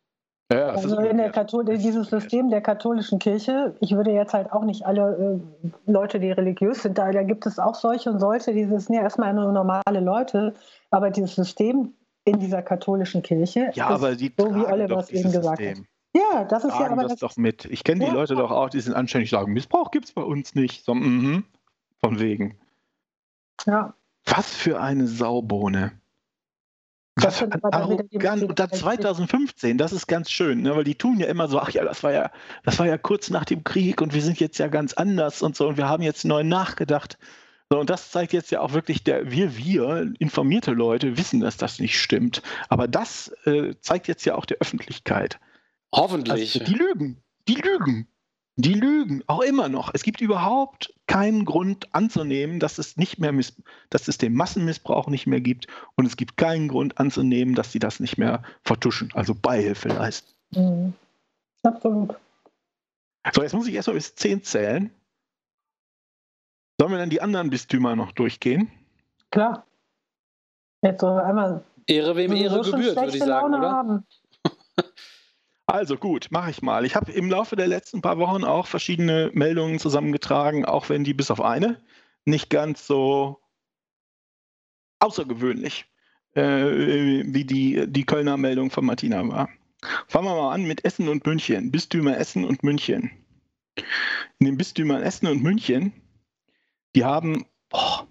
Ja, also dieses System der katholischen Kirche, ich würde jetzt halt auch nicht alle Leute, die religiös sind, da gibt es auch solche und solche, die sind ja erstmal nur normale Leute, aber dieses System in dieser katholischen Kirche ja, aber die so, wie tragen Oliver doch es eben dieses gesagt System. hat. Ja, das ist ja Tragen aber das doch mit. Ich kenne die Leute doch auch, die sind anständig, sagen, Missbrauch gibt es bei uns nicht. So, von wegen. Ja. Was für eine Saubohne. Was für ein arrogant. Und dann 2015, das ist ganz schön, ne, weil die tun ja immer so, ach ja, das war ja kurz nach dem Krieg und wir sind jetzt ja ganz anders und so und wir haben jetzt neu nachgedacht. So, und das zeigt jetzt ja auch wirklich, wir informierte Leute wissen, dass das nicht stimmt. Aber das zeigt jetzt ja auch der Öffentlichkeit. Hoffentlich. Also, die lügen, auch immer noch. Es gibt überhaupt keinen Grund anzunehmen, dass es den Massenmissbrauch nicht mehr gibt und es gibt keinen Grund anzunehmen, dass sie das nicht mehr vertuschen, also Beihilfe leisten. Mhm. Absolut. So, jetzt muss ich erstmal bis 10 zählen. Sollen wir dann die anderen Bistümer noch durchgehen? Klar. Jetzt so einmal Ehre wem Ehre gebührt, würde ich sagen, oder? Haben. Also gut, mache ich mal. Ich habe im Laufe der letzten paar Wochen auch verschiedene Meldungen zusammengetragen, auch wenn die bis auf eine nicht ganz so außergewöhnlich wie die Kölner Meldung von Martina war. Fangen wir mal an mit Essen und München. Bistümer Essen und München. In den Bistümern Essen und München, die haben, da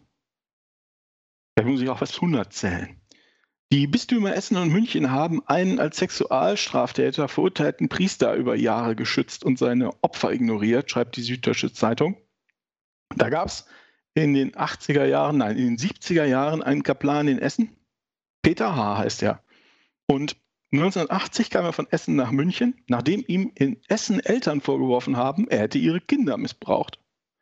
muss ich auch was 100 zählen. Die Bistümer Essen und München haben einen als Sexualstraftäter verurteilten Priester über Jahre geschützt und seine Opfer ignoriert, schreibt die Süddeutsche Zeitung. Da gab es in den 70er Jahren einen Kaplan in Essen. Peter H. heißt er. Und 1980 kam er von Essen nach München, nachdem ihm in Essen Eltern vorgeworfen haben, er hätte ihre Kinder missbraucht.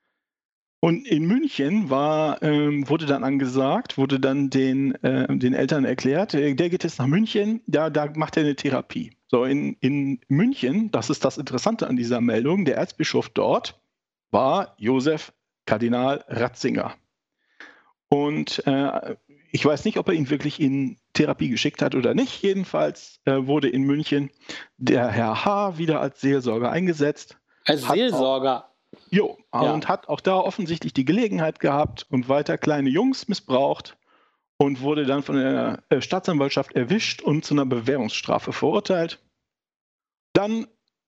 Und in München wurde dann angesagt, wurde dann den Eltern erklärt, der geht jetzt nach München, da macht er eine Therapie. So, in München, das ist das Interessante an dieser Meldung, der Erzbischof dort war Josef Kardinal Ratzinger. Und ich weiß nicht, ob er ihn wirklich in Therapie geschickt hat oder nicht. Jedenfalls wurde in München der Herr H. wieder als Seelsorger eingesetzt. Als Seelsorger? Und hat auch da offensichtlich die Gelegenheit gehabt und weiter kleine Jungs missbraucht und wurde dann von der Staatsanwaltschaft erwischt und zu einer Bewährungsstrafe verurteilt. Dann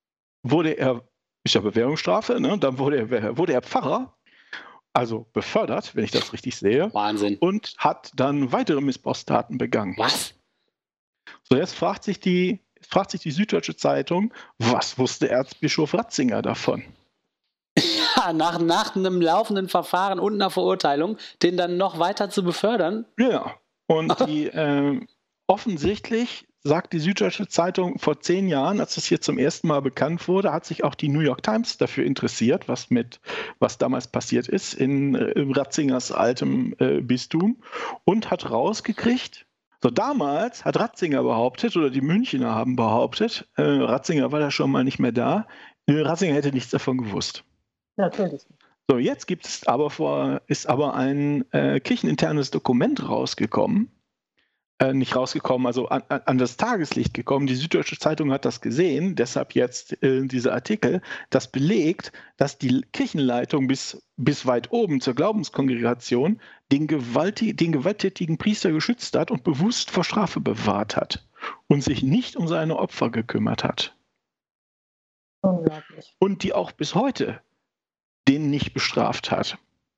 ist ja Bewährungsstrafe, ne? Dann wurde er Pfarrer, also befördert, wenn ich das richtig sehe. Wahnsinn. Und hat dann weitere Missbrauchstaten begangen. Was? So, jetzt fragt sich die Süddeutsche Zeitung, was wusste Erzbischof Ratzinger davon? Ja, nach einem laufenden Verfahren und einer Verurteilung, den dann noch weiter zu befördern? Ja, und offensichtlich sagt die Süddeutsche Zeitung, vor 10 Jahren, als das hier zum ersten Mal bekannt wurde, hat sich auch die New York Times dafür interessiert, was damals passiert ist in Ratzingers altem Bistum und hat rausgekriegt, so damals hat Ratzinger behauptet, oder die Münchner haben behauptet, Ratzinger war da schon mal nicht mehr da, Ratzinger hätte nichts davon gewusst. Natürlich. So, jetzt ist aber ein kircheninternes Dokument rausgekommen, also an das Tageslicht gekommen. Die Süddeutsche Zeitung hat das gesehen, deshalb jetzt dieser Artikel, das belegt, dass die Kirchenleitung bis weit oben zur Glaubenskongregation den gewalttätigen Priester geschützt hat und bewusst vor Strafe bewahrt hat und sich nicht um seine Opfer gekümmert hat. Unglaublich. Und die auch bis heute den nicht bestraft hat.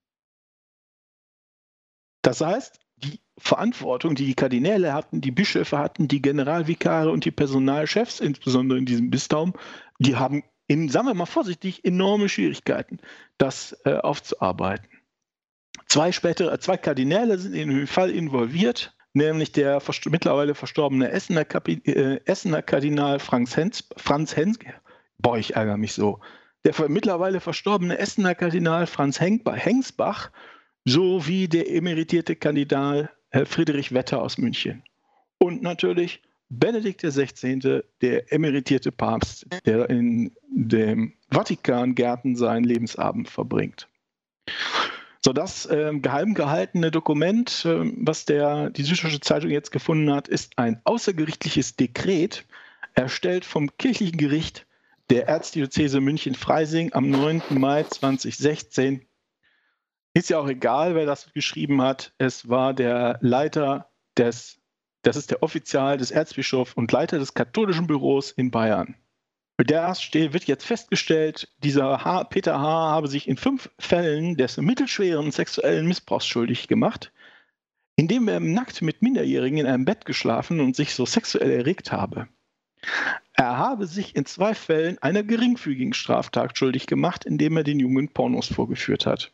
Das heißt, die Verantwortung, die Kardinäle hatten, die Bischöfe hatten, die Generalvikare und die Personalchefs, insbesondere in diesem Bistum, die haben, sagen wir mal vorsichtig, enorme Schwierigkeiten, das aufzuarbeiten. 2 Kardinäle sind in den Fall involviert, nämlich der mittlerweile verstorbene Essener Kardinal Franz Hens. Boah, ich ärgere mich so. Der mittlerweile verstorbene Essener Kardinal Franz Hengsbach sowie der emeritierte Kardinal Friedrich Wetter aus München. Und natürlich Benedikt XVI., der emeritierte Papst, der in dem Vatikangärten seinen Lebensabend verbringt. So, das geheim gehaltene Dokument, was die Süddeutsche Zeitung jetzt gefunden hat, ist ein außergerichtliches Dekret, erstellt vom kirchlichen Gericht der Erzdiözese München-Freising am 9. Mai 2016. Ist ja auch egal, wer das geschrieben hat. Es war der Leiter das ist der Offizial des Erzbischofs und Leiter des katholischen Büros in Bayern. Wird jetzt festgestellt, dieser Peter H. habe sich in 5 Fällen des mittelschweren sexuellen Missbrauchs schuldig gemacht, indem er nackt mit Minderjährigen in einem Bett geschlafen und sich so sexuell erregt habe. Er habe sich in 2 Fällen einer geringfügigen Straftat schuldig gemacht, indem er den Jungen Pornos vorgeführt hat.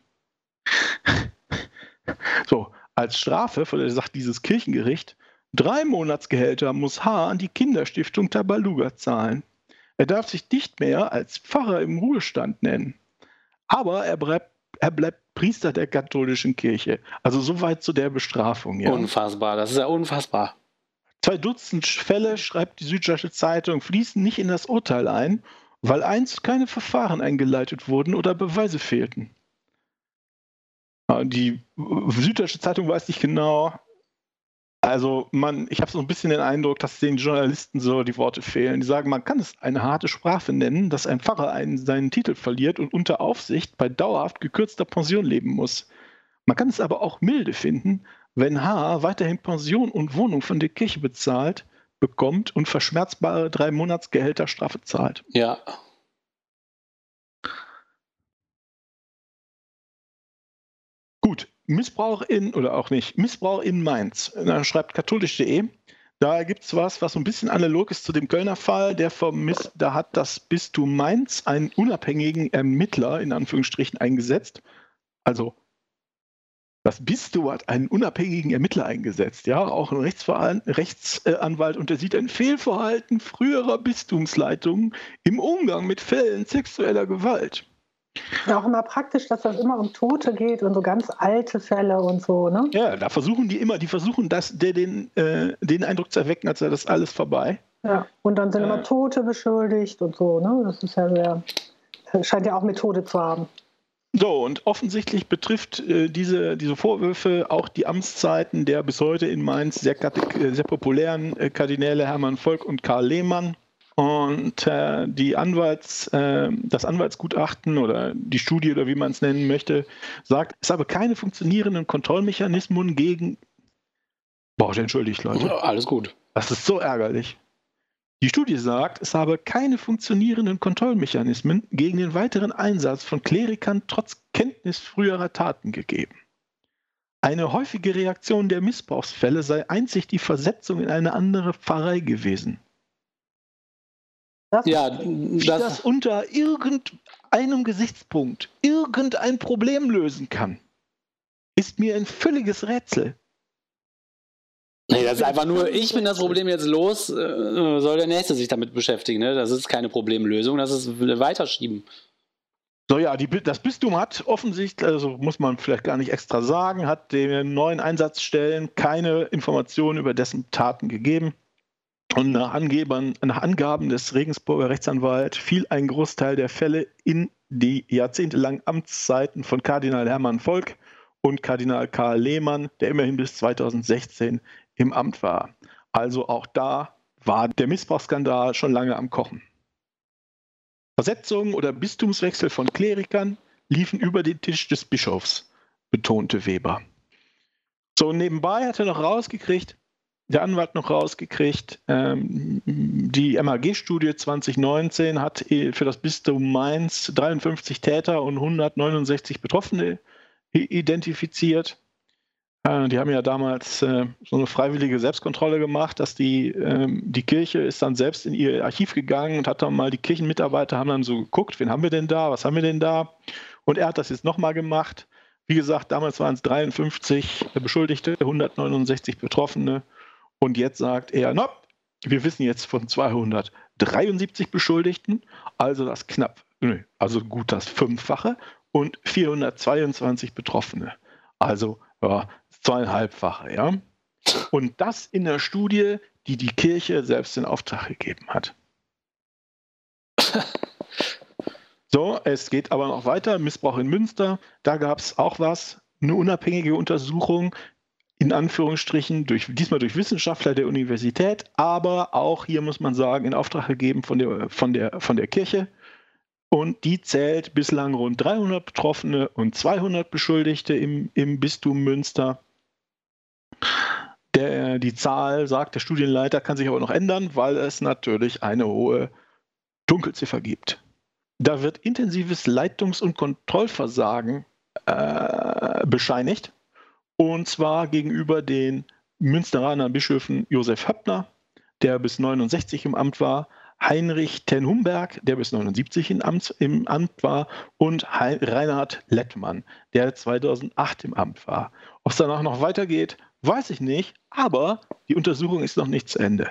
So, als Strafe, sagt dieses Kirchengericht, 3 Monatsgehälter muss H. an die Kinderstiftung Tabaluga zahlen. Er darf sich nicht mehr als Pfarrer im Ruhestand nennen. Aber er bleibt Priester der katholischen Kirche. Also soweit zu der Bestrafung. Ja. Unfassbar, das ist ja unfassbar. 2 Dutzend Fälle, schreibt die Süddeutsche Zeitung, fließen nicht in das Urteil ein, weil einst keine Verfahren eingeleitet wurden oder Beweise fehlten. Die Süddeutsche Zeitung weiß nicht genau. Also ich habe so ein bisschen den Eindruck, dass den Journalisten so die Worte fehlen. Die sagen, man kann es eine harte Strafe nennen, dass ein Pfarrer seinen Titel verliert und unter Aufsicht bei dauerhaft gekürzter Pension leben muss. Man kann es aber auch milde finden, wenn H. weiterhin Pension und Wohnung von der Kirche bezahlt, bekommt und verschmerzbare 3 Monatsgehälter Strafe zahlt. Ja. Gut, Missbrauch in Mainz. Da schreibt katholisch.de. Da gibt es was so ein bisschen analog ist zu dem Kölner Fall. Da hat das Bistum Mainz einen unabhängigen Ermittler, in Anführungsstrichen, eingesetzt. Also, das Bistum hat einen unabhängigen Ermittler eingesetzt, ja, auch ein Rechtsanwalt, und der sieht ein Fehlverhalten früherer Bistumsleitungen im Umgang mit Fällen sexueller Gewalt. Ja, auch immer praktisch, dass das immer um Tote geht und so ganz alte Fälle und so, ne? Ja, da versuchen den Eindruck zu erwecken, als sei das alles vorbei. Ja, und dann sind immer Tote beschuldigt und so, ne? Das ist ja scheint ja auch Methode zu haben. So, und offensichtlich betrifft diese Vorwürfe auch die Amtszeiten der bis heute in Mainz sehr populären Kardinäle Hermann Volk und Karl Lehmann. Und das Anwaltsgutachten oder die Studie oder wie man es nennen möchte, sagt, es habe keine funktionierenden Kontrollmechanismen gegen... Entschuldigt, Leute. Ja, alles gut. Das ist so ärgerlich. Die Studie sagt, es habe keine funktionierenden Kontrollmechanismen gegen den weiteren Einsatz von Klerikern trotz Kenntnis früherer Taten gegeben. Eine häufige Reaktion der Missbrauchsfälle sei einzig die Versetzung in eine andere Pfarrei gewesen. Das unter irgendeinem Gesichtspunkt irgendein Problem lösen kann, ist mir ein völliges Rätsel. Nee, das ist einfach nur, ich bin das Problem jetzt los, soll der Nächste sich damit beschäftigen. Ne? Das ist keine Problemlösung, das ist Weiterschieben. So, ja, das Bistum hat offensichtlich, also muss man vielleicht gar nicht extra sagen, hat den neuen Einsatzstellen keine Informationen über dessen Taten gegeben. Und nach Angaben des Regensburger Rechtsanwalts fiel ein Großteil der Fälle in die jahrzehntelangen Amtszeiten von Kardinal Hermann Volk und Kardinal Karl Lehmann, der immerhin bis 2016 im Amt war. Also auch da war der Missbrauchsskandal schon lange am Kochen. Versetzungen oder Bistumswechsel von Klerikern liefen über den Tisch des Bischofs, betonte Weber. So, nebenbei hat der Anwalt noch rausgekriegt, die MAG-Studie 2019 hat für das Bistum Mainz 53 Täter und 169 Betroffene identifiziert. Die haben ja damals so eine freiwillige Selbstkontrolle gemacht, dass die Kirche ist dann selbst in ihr Archiv gegangen und hat dann mal, die Kirchenmitarbeiter haben dann so geguckt, wen haben wir denn da, was haben wir denn da? Und er hat das jetzt nochmal gemacht. Wie gesagt, damals waren es 53 Beschuldigte, 169 Betroffene. Und jetzt sagt er, wir wissen jetzt von 273 Beschuldigten, also das gut das 5-fache und 422 Betroffene. Also ja, 2,5-fache, ja. Und das in der Studie, die die Kirche selbst in Auftrag gegeben hat. So, es geht aber noch weiter. Missbrauch in Münster, da gab es auch was, eine unabhängige Untersuchung. in Anführungsstrichen, diesmal durch Wissenschaftler der Universität, aber auch, hier muss man sagen, in Auftrag gegeben von der Kirche. Und die zählt bislang rund 300 Betroffene und 200 Beschuldigte im Bistum Münster. Die Zahl, sagt der Studienleiter, kann sich aber noch ändern, weil es natürlich eine hohe Dunkelziffer gibt. Da wird intensives Leitungs- und Kontrollversagen bescheinigt. Und zwar gegenüber den Münsteraner Bischöfen Josef Höppner, der bis 69 im Amt war, Heinrich ten Humberg, der bis 79 im Amt war, und Reinhard Lettmann, der 2008 im Amt war. Ob es danach noch weitergeht, weiß ich nicht, aber die Untersuchung ist noch nicht zu Ende.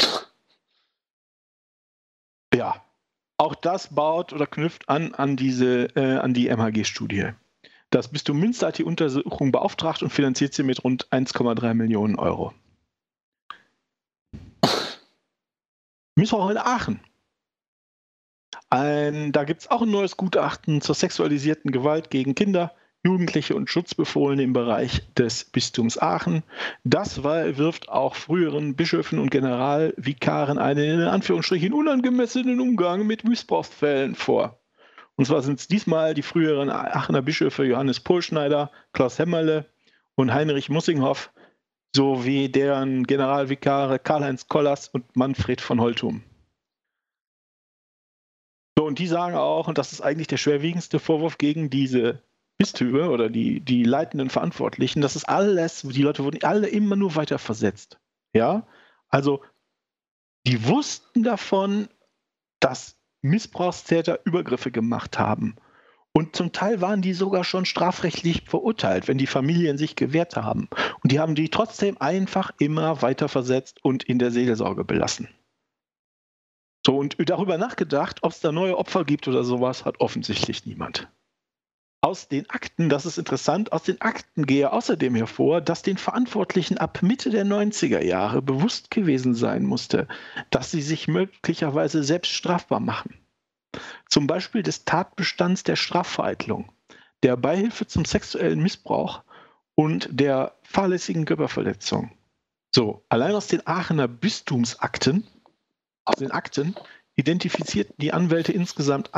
Ja, auch das baut oder knüpft an die MHG-Studie. Das Bistum Münster hat die Untersuchung beauftragt und finanziert sie mit rund 1,3 Millionen Euro. Missbrauch in Aachen. Da gibt es auch ein neues Gutachten zur sexualisierten Gewalt gegen Kinder, Jugendliche und Schutzbefohlene im Bereich des Bistums Aachen. Das wirft auch früheren Bischöfen und Generalvikaren einen in Anführungsstrichen unangemessenen Umgang mit Missbrauchsfällen vor. Und zwar sind es diesmal die früheren Aachener Bischöfe Johannes Pohlschneider, Klaus Hämmerle und Heinrich Mussinghoff sowie deren Generalvikare Karl-Heinz Kollers und Manfred von Holtum. So, und die sagen auch, und das ist eigentlich der schwerwiegendste Vorwurf gegen diese Bistümer oder die leitenden Verantwortlichen, das ist alles, die Leute wurden alle immer nur weiter versetzt. Ja, also die wussten davon, dass Missbrauchstäter Übergriffe gemacht haben. Und zum Teil waren die sogar schon strafrechtlich verurteilt, wenn die Familien sich gewehrt haben. Und die haben die trotzdem einfach immer weiter versetzt und in der Seelsorge belassen. So, und darüber nachgedacht, ob es da neue Opfer gibt oder sowas, hat offensichtlich niemand. Aus den Akten, das ist interessant, aus den Akten gehe außerdem hervor, dass den Verantwortlichen ab Mitte der 90er Jahre bewusst gewesen sein musste, dass sie sich möglicherweise selbst strafbar machen. Zum Beispiel des Tatbestands der Strafvereitelung, der Beihilfe zum sexuellen Missbrauch und der fahrlässigen Körperverletzung. So, allein aus den Aachener Bistumsakten, aus den Akten, identifizierten die Anwälte insgesamt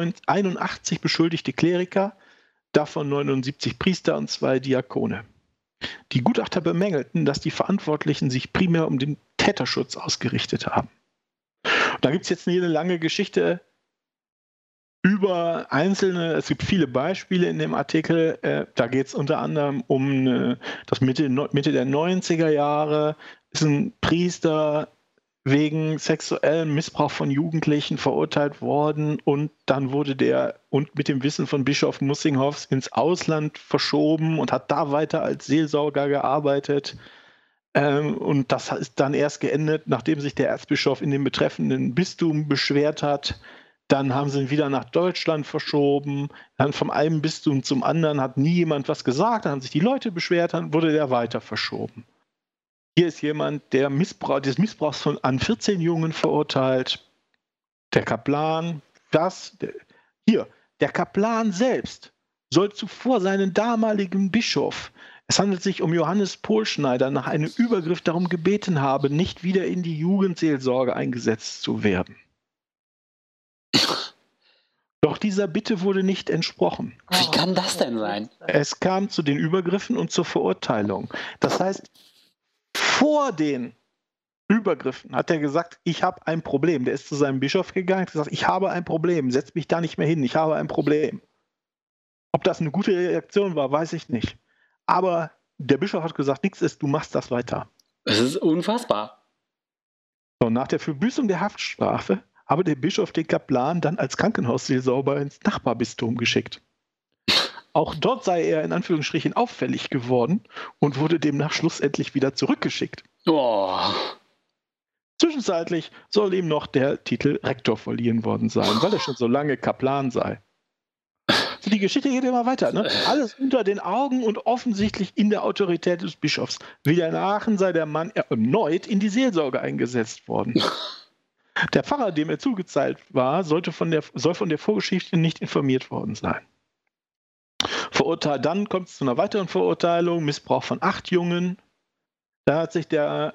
81 beschuldigte Kleriker, davon 79 Priester und 2 Diakone. Die Gutachter bemängelten, dass die Verantwortlichen sich primär um den Täterschutz ausgerichtet haben. Da gibt es jetzt eine lange Geschichte über einzelne, es gibt viele Beispiele in dem Artikel, da geht es unter anderem um das Mitte der 90er Jahre, ist ein Priester wegen sexuellem Missbrauch von Jugendlichen verurteilt worden und dann wurde der mit dem Wissen von Bischof Mussinghoff ins Ausland verschoben und hat da weiter als Seelsorger gearbeitet. Und das ist dann erst geendet, nachdem sich der Erzbischof in dem betreffenden Bistum beschwert hat. Dann haben sie ihn wieder nach Deutschland verschoben. Dann vom einen Bistum zum anderen hat nie jemand was gesagt. Dann haben sich die Leute beschwert, dann wurde der weiter verschoben. Hier ist jemand, der des Missbrauchs an 14 Jungen verurteilt. Der Kaplan, der Kaplan selbst soll zuvor seinen damaligen Bischof, es handelt sich um Johannes Pohlschneider, nach einem Übergriff darum gebeten haben, nicht wieder in die Jugendseelsorge eingesetzt zu werden. Doch dieser Bitte wurde nicht entsprochen. Wie kann das denn sein? Es kam zu den Übergriffen und zur Verurteilung. Das heißt, vor den Übergriffen hat er gesagt, ich habe ein Problem. Der ist zu seinem Bischof gegangen und hat gesagt, ich habe ein Problem, setz mich da nicht mehr hin, ich habe ein Problem. Ob das eine gute Reaktion war, weiß ich nicht. Aber der Bischof hat gesagt, nichts ist, du machst das weiter. Es ist unfassbar. So, nach der Verbüßung der Haftstrafe habe der Bischof den Kaplan dann als Krankenhausseelsorger ins Nachbarbistum geschickt. Auch dort sei er in Anführungsstrichen auffällig geworden und wurde demnach schlussendlich wieder zurückgeschickt. Oh. Zwischenzeitlich soll ihm noch der Titel Rektor verliehen worden sein, weil er schon so lange Kaplan sei. Also die Geschichte geht immer weiter. Ne? Alles unter den Augen und offensichtlich in der Autorität des Bischofs. Wieder in Aachen sei der Mann erneut in die Seelsorge eingesetzt worden. Der Pfarrer, dem er zugezahlt war, soll von der Vorgeschichte nicht informiert worden sein. verurteilt. Dann kommt es zu einer weiteren Verurteilung, Missbrauch von 8 Jungen. Da hat sich der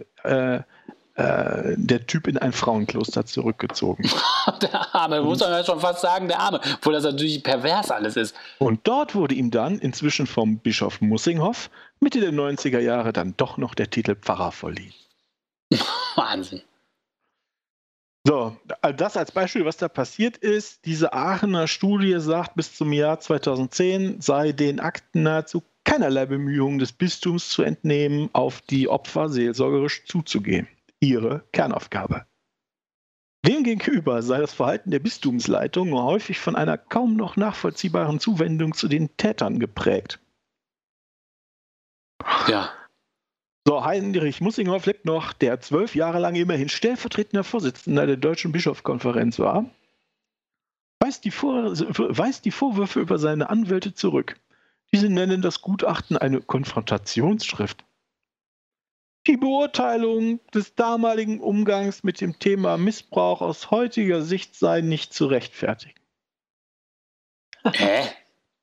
Typ in ein Frauenkloster zurückgezogen. Der Arme, muss man ja schon fast sagen, der Arme. Obwohl das natürlich pervers alles ist. Und dort wurde ihm dann inzwischen vom Bischof Mussinghoff Mitte der 90er Jahre dann doch noch der Titel Pfarrer verliehen. Wahnsinn. So, das als Beispiel, was da passiert ist. Diese Aachener Studie sagt, bis zum Jahr 2010 sei den Akten nahezu keinerlei Bemühungen des Bistums zu entnehmen, auf die Opfer seelsorgerisch zuzugehen. Ihre Kernaufgabe. Demgegenüber sei das Verhalten der Bistumsleitung nur häufig von einer kaum noch nachvollziehbaren Zuwendung zu den Tätern geprägt. Ja. So, Heinrich Mussinghoff lebt noch, der 12 Jahre lang immerhin stellvertretender Vorsitzender der Deutschen Bischofskonferenz war, weist die Vorwürfe über seine Anwälte zurück. Diese nennen das Gutachten eine Konfrontationsschrift. Die Beurteilung des damaligen Umgangs mit dem Thema Missbrauch aus heutiger Sicht sei nicht zu rechtfertigen. Hä?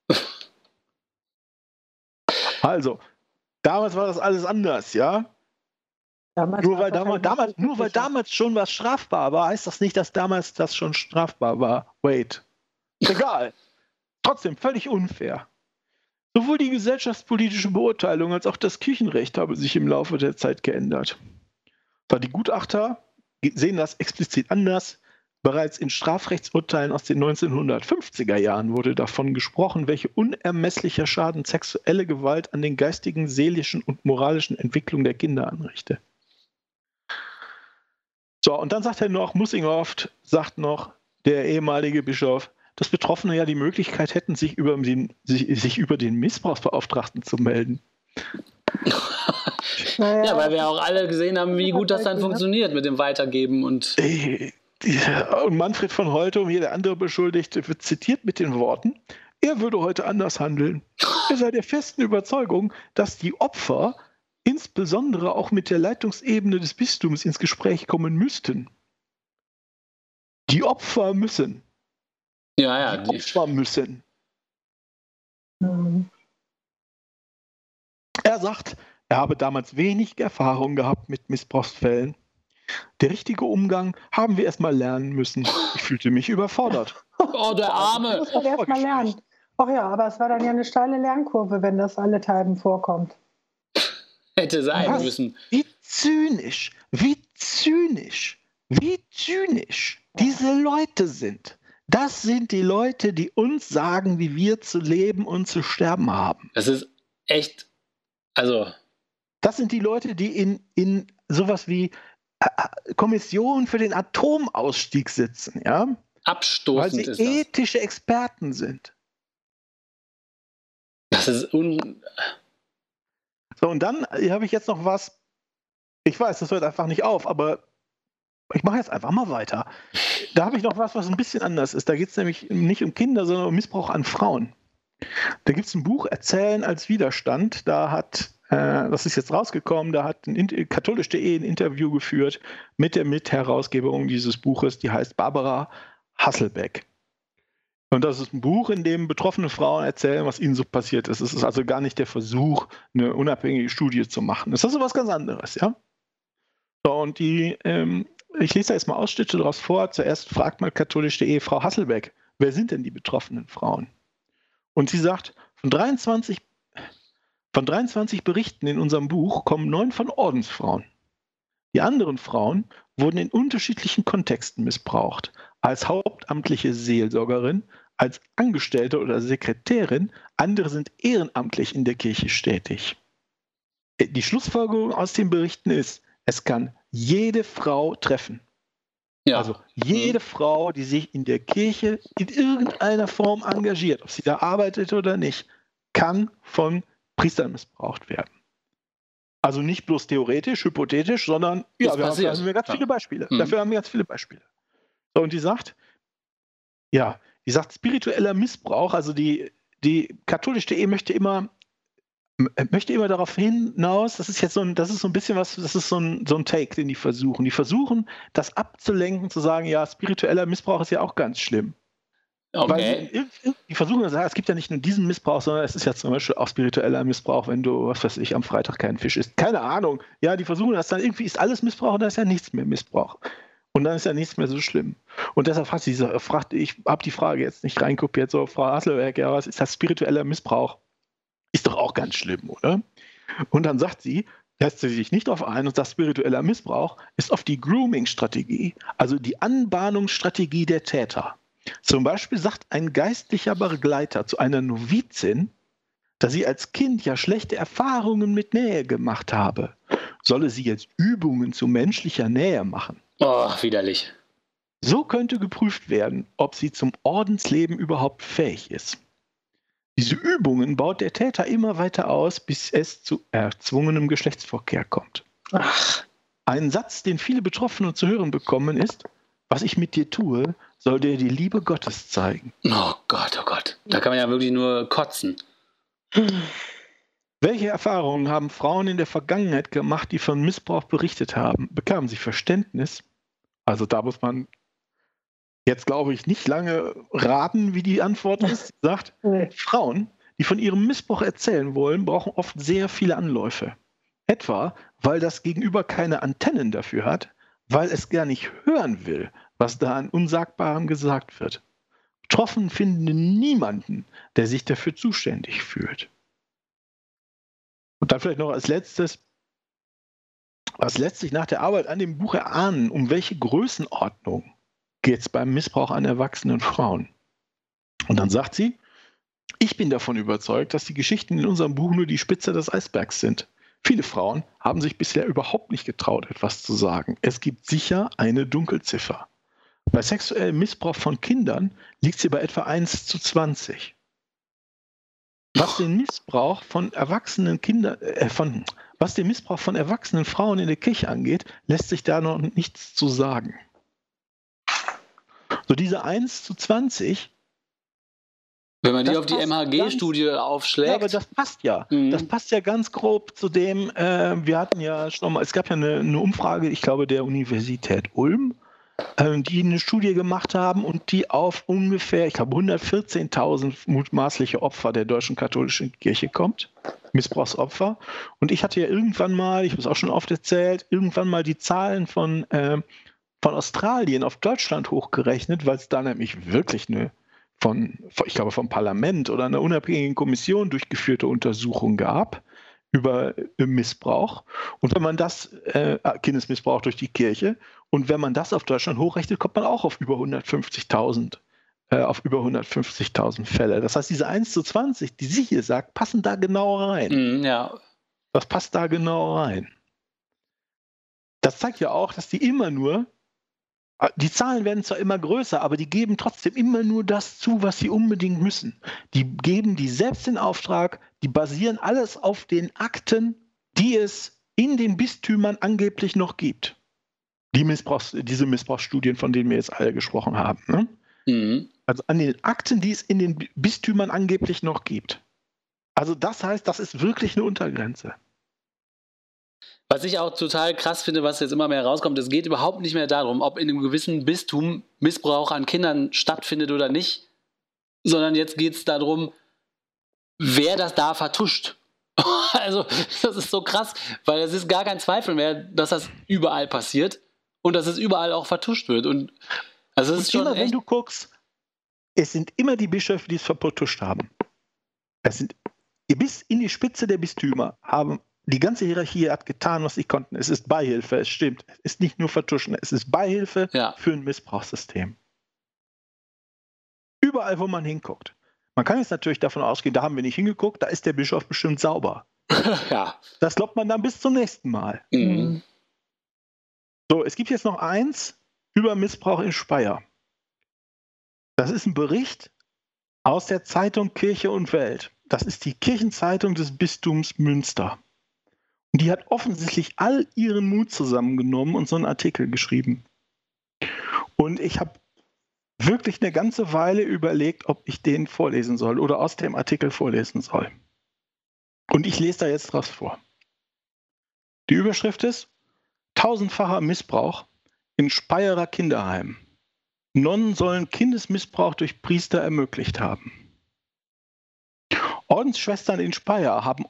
Also, damals war das alles anders, ja? Nur weil damals schon was strafbar war, heißt das nicht, dass damals das schon strafbar war. Wait. Egal. Trotzdem völlig unfair. Sowohl die gesellschaftspolitische Beurteilung als auch das Kirchenrecht habe sich im Laufe der Zeit geändert. Die Gutachter sehen das explizit anders. Bereits in Strafrechtsurteilen aus den 1950er Jahren wurde davon gesprochen, welche unermesslicher Schaden sexuelle Gewalt an den geistigen, seelischen und moralischen Entwicklungen der Kinder anrichte. So, und dann sagt Mussinghoff, sagt noch der ehemalige Bischof, dass Betroffene ja die Möglichkeit hätten, sich über den Missbrauchsbeauftragten zu melden. Ja, weil wir auch alle gesehen haben, wie gut das dann funktioniert mit dem Weitergeben. Und Manfred von Holtum, hier der andere Beschuldigte, wird zitiert mit den Worten, er würde heute anders handeln. Er sei der festen Überzeugung, dass die Opfer insbesondere auch mit der Leitungsebene des Bistums ins Gespräch kommen müssten. Die Opfer müssen. Ja, die Opfer müssen. Er sagt, er habe damals wenig Erfahrung gehabt mit Missbrauchsfällen. Der richtige Umgang haben wir erst mal lernen müssen. Ich fühlte mich überfordert. Oh, der Arme! Das muss man erst mal lernen. Ach ja, aber es war dann ja eine steile Lernkurve, wenn das alle Teilen vorkommt. Hätte sein müssen. Wie zynisch diese Leute sind. Das sind die Leute, die uns sagen, wie wir zu leben und zu sterben haben. Das ist echt, Das sind die Leute, die in sowas wie Kommission für den Atomausstieg sitzen, ja? Abstoßend weil sie ist das. ethische Experten sind. Das ist So, und dann habe ich jetzt noch was, ich weiß, das hört einfach nicht auf, aber ich mache jetzt einfach mal weiter. Da habe ich noch was ein bisschen anders ist. Da geht es nämlich nicht um Kinder, sondern um Missbrauch an Frauen. Da gibt es ein Buch, Erzählen als Widerstand. Das ist jetzt rausgekommen, da hat katholisch.de ein Interview geführt mit der Mitherausgeberin dieses Buches, die heißt Barbara Hasselbeck. Und das ist ein Buch, in dem betroffene Frauen erzählen, was ihnen so passiert ist. Es ist also gar nicht der Versuch, eine unabhängige Studie zu machen. Das ist also was ganz anderes, ja? So, und ich lese da jetzt mal Ausschnitte daraus vor. Zuerst fragt mal katholisch.de Frau Hasselbeck, wer sind denn die betroffenen Frauen? Und sie sagt, von 23 Berichten in unserem Buch kommen 9 von Ordensfrauen. Die anderen Frauen wurden in unterschiedlichen Kontexten missbraucht. Als hauptamtliche Seelsorgerin, als Angestellte oder Sekretärin, andere sind ehrenamtlich in der Kirche tätig. Die Schlussfolgerung aus den Berichten ist, es kann jede Frau treffen. ja. Also jede Frau, die sich in der Kirche in irgendeiner Form engagiert, ob sie da arbeitet oder nicht, kann von Priestern missbraucht werden. Also nicht bloß theoretisch, hypothetisch, sondern Das wir passiert. haben ganz viele Beispiele. Mhm. Dafür haben wir ganz viele Beispiele. So, und die sagt, spiritueller Missbrauch, also die katholisch.de möchte immer darauf hinaus, das ist so ein Take, den die versuchen. Die versuchen, das abzulenken, zu sagen, ja, spiritueller Missbrauch ist ja auch ganz schlimm. Okay. Weil die versuchen zu sagen, es gibt ja nicht nur diesen Missbrauch, sondern es ist ja zum Beispiel auch spiritueller Missbrauch, wenn du, was weiß ich, am Freitag keinen Fisch isst. Keine Ahnung. Ja, die versuchen das dann, irgendwie ist alles Missbrauch und da ist ja nichts mehr Missbrauch. Und dann ist ja nichts mehr so schlimm. Und deshalb ich habe die Frage jetzt nicht reinkopiert, so, Frau Hasselberg, ja, was ist das spiritueller Missbrauch? Ist doch auch ganz schlimm, oder? Und dann sagt sie, lässt sie sich nicht darauf ein und sagt, spiritueller Missbrauch ist oft die Grooming-Strategie, also die Anbahnungsstrategie der Täter. Zum Beispiel sagt ein geistlicher Begleiter zu einer Novizin, dass sie als Kind ja schlechte Erfahrungen mit Nähe gemacht habe, solle sie jetzt Übungen zu menschlicher Nähe machen. Oh, widerlich. So könnte geprüft werden, ob sie zum Ordensleben überhaupt fähig ist. Diese Übungen baut der Täter immer weiter aus, bis es zu erzwungenem Geschlechtsverkehr kommt. Ach, Ein Satz, den viele Betroffene zu hören bekommen, ist: Was ich mit dir tue, soll dir die Liebe Gottes zeigen. Oh Gott, oh Gott. Da kann man ja wirklich nur kotzen. Welche Erfahrungen haben Frauen in der Vergangenheit gemacht, die von Missbrauch berichtet haben? Bekamen sie Verständnis? Also da muss man jetzt, glaube ich, nicht lange raten, wie die Antwort ist. Sie sagt, nee. Frauen, die von ihrem Missbrauch erzählen wollen, brauchen oft sehr viele Anläufe. Etwa, weil das Gegenüber keine Antennen dafür hat, weil es gar nicht hören will, was da an Unsagbarem gesagt wird. Betroffen finden niemanden, der sich dafür zuständig fühlt. Und dann vielleicht noch als letztes, was lässt sich nach der Arbeit an dem Buch erahnen, um welche Größenordnung geht es beim Missbrauch an erwachsenen Frauen? Und dann sagt sie, ich bin davon überzeugt, dass die Geschichten in unserem Buch nur die Spitze des Eisbergs sind. Viele Frauen haben sich bisher überhaupt nicht getraut, etwas zu sagen. Es gibt sicher eine Dunkelziffer. Bei sexuellem Missbrauch von Kindern liegt sie bei etwa 1:20. Was den Missbrauch von erwachsenen was den Missbrauch von erwachsenen Frauen in der Kirche angeht, lässt sich da noch nichts zu sagen. So diese 1:20. Wenn man die auf die MHG-Studie aufschlägt. Ja, aber das passt ja. Das passt ja ganz grob zu dem, wir hatten ja schon mal, es gab ja eine Umfrage, ich glaube, der Universität Ulm, die eine Studie gemacht haben und die auf ungefähr, ich glaube, 114.000 mutmaßliche Opfer der deutschen katholischen Kirche kommt, Missbrauchsopfer. Und ich hatte ja irgendwann mal, ich habe es auch schon oft erzählt, irgendwann mal die Zahlen von Australien auf Deutschland hochgerechnet, weil es da nämlich wirklich ich glaube, vom Parlament oder einer unabhängigen Kommission durchgeführte Untersuchung gab über Missbrauch. Und wenn man das, Kindesmissbrauch durch die Kirche, und wenn man das auf Deutschland hochrechnet, kommt man auch auf über 150.000 Fälle. Das heißt, diese 1:20, die sie hier sagt, passen da genau rein. Ja. Das passt da genau rein. Das zeigt ja auch, dass die Zahlen werden zwar immer größer, aber die geben trotzdem immer nur das zu, was sie unbedingt müssen. Die geben die selbst in Auftrag, die basieren alles auf den Akten, die es in den Bistümern angeblich noch gibt. Diese Missbrauchsstudien, von denen wir jetzt alle gesprochen haben. Ne? Mhm. Also an den Akten, die es in den Bistümern angeblich noch gibt. Also das heißt, das ist wirklich eine Untergrenze. Was ich auch total krass finde, was jetzt immer mehr rauskommt, es geht überhaupt nicht mehr darum, ob in einem gewissen Bistum Missbrauch an Kindern stattfindet oder nicht, sondern jetzt geht es darum, wer das da vertuscht. Also das ist so krass, weil es ist gar kein Zweifel mehr, dass das überall passiert und dass es überall auch vertuscht wird. Und also es ist schon immer, wenn du guckst, es sind immer die Bischöfe, die es vertuscht haben. Bis in die Spitze der Bistümer haben die ganze Hierarchie hat getan, was sie konnten. Es ist Beihilfe, es stimmt. Es ist nicht nur Vertuschen, es ist Beihilfe für ein Missbrauchssystem. Überall, wo man hinguckt. Man kann jetzt natürlich davon ausgehen, da haben wir nicht hingeguckt, da ist der Bischof bestimmt sauber. Ja. Das glaubt man dann bis zum nächsten Mal. Mhm. So, es gibt jetzt noch eins über Missbrauch in Speyer. Das ist ein Bericht aus der Zeitung Kirche und Welt. Das ist die Kirchenzeitung des Bistums Münster. Und die hat offensichtlich all ihren Mut zusammengenommen und so einen Artikel geschrieben. Und ich habe wirklich eine ganze Weile überlegt, ob ich den vorlesen soll oder aus dem Artikel vorlesen soll. Und ich lese da jetzt draus vor. Die Überschrift ist: 1000-facher Missbrauch in Speyerer Kinderheim. Nonnen sollen Kindesmissbrauch durch Priester ermöglicht haben. Ordensschwestern in Speyer haben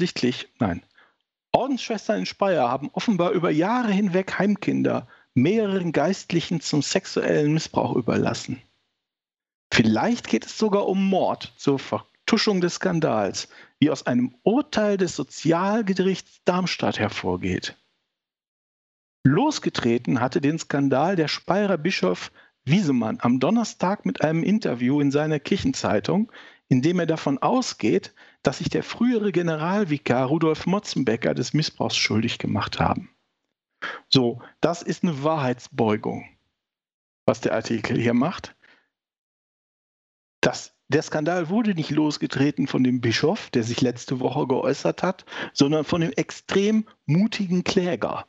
offenbar über Jahre hinweg Heimkinder mehreren Geistlichen zum sexuellen Missbrauch überlassen. Vielleicht geht es sogar um Mord zur Vertuschung des Skandals, wie aus einem Urteil des Sozialgerichts Darmstadt hervorgeht. Losgetreten hatte den Skandal der Speyerer Bischof Wiesemann am Donnerstag mit einem Interview in seiner Kirchenzeitung, in dem er davon ausgeht, dass sich der frühere Generalvikar Rudolf Motzenbecker des Missbrauchs schuldig gemacht haben. So, das ist eine Wahrheitsbeugung, was der Artikel hier macht. Der Skandal wurde nicht losgetreten von dem Bischof, der sich letzte Woche geäußert hat, sondern von dem extrem mutigen Kläger,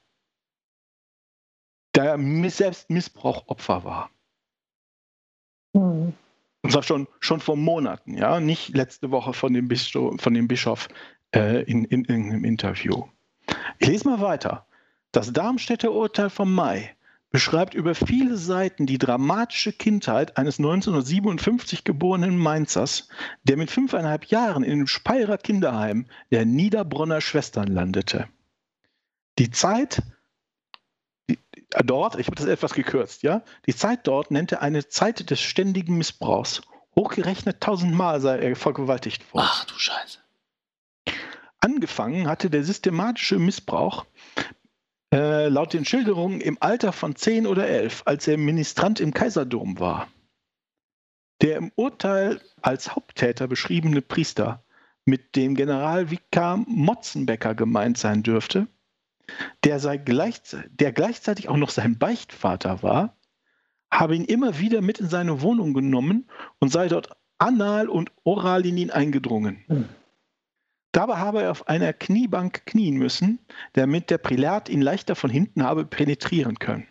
der selbst Missbrauchopfer war. Und zwar schon vor Monaten, ja, nicht letzte Woche von dem Bischof in irgendeinem Interview. Ich lese mal weiter. Das Darmstädter Urteil vom Mai beschreibt über viele Seiten die dramatische Kindheit eines 1957 geborenen Mainzers, der mit 5,5 Jahren in dem Speyerer Kinderheim der Niederbronner Schwestern landete. Die Zeit dort, ich habe das etwas gekürzt, ja, die Zeit dort nannte eine Zeit des ständigen Missbrauchs. Hochgerechnet 1000-mal sei er vergewaltigt worden. Ach du Scheiße. Angefangen hatte der systematische Missbrauch laut den Schilderungen im Alter von 10 oder 11, als er Ministrant im Kaiserdom war. Der im Urteil als Haupttäter beschriebene Priester, mit dem Generalvikar Motzenbecker gemeint sein dürfte, der gleichzeitig auch noch sein Beichtvater war, habe ihn immer wieder mit in seine Wohnung genommen und sei dort anal und oral in ihn eingedrungen. Dabei habe er auf einer Kniebank knien müssen, damit der Prälat ihn leichter von hinten habe penetrieren können.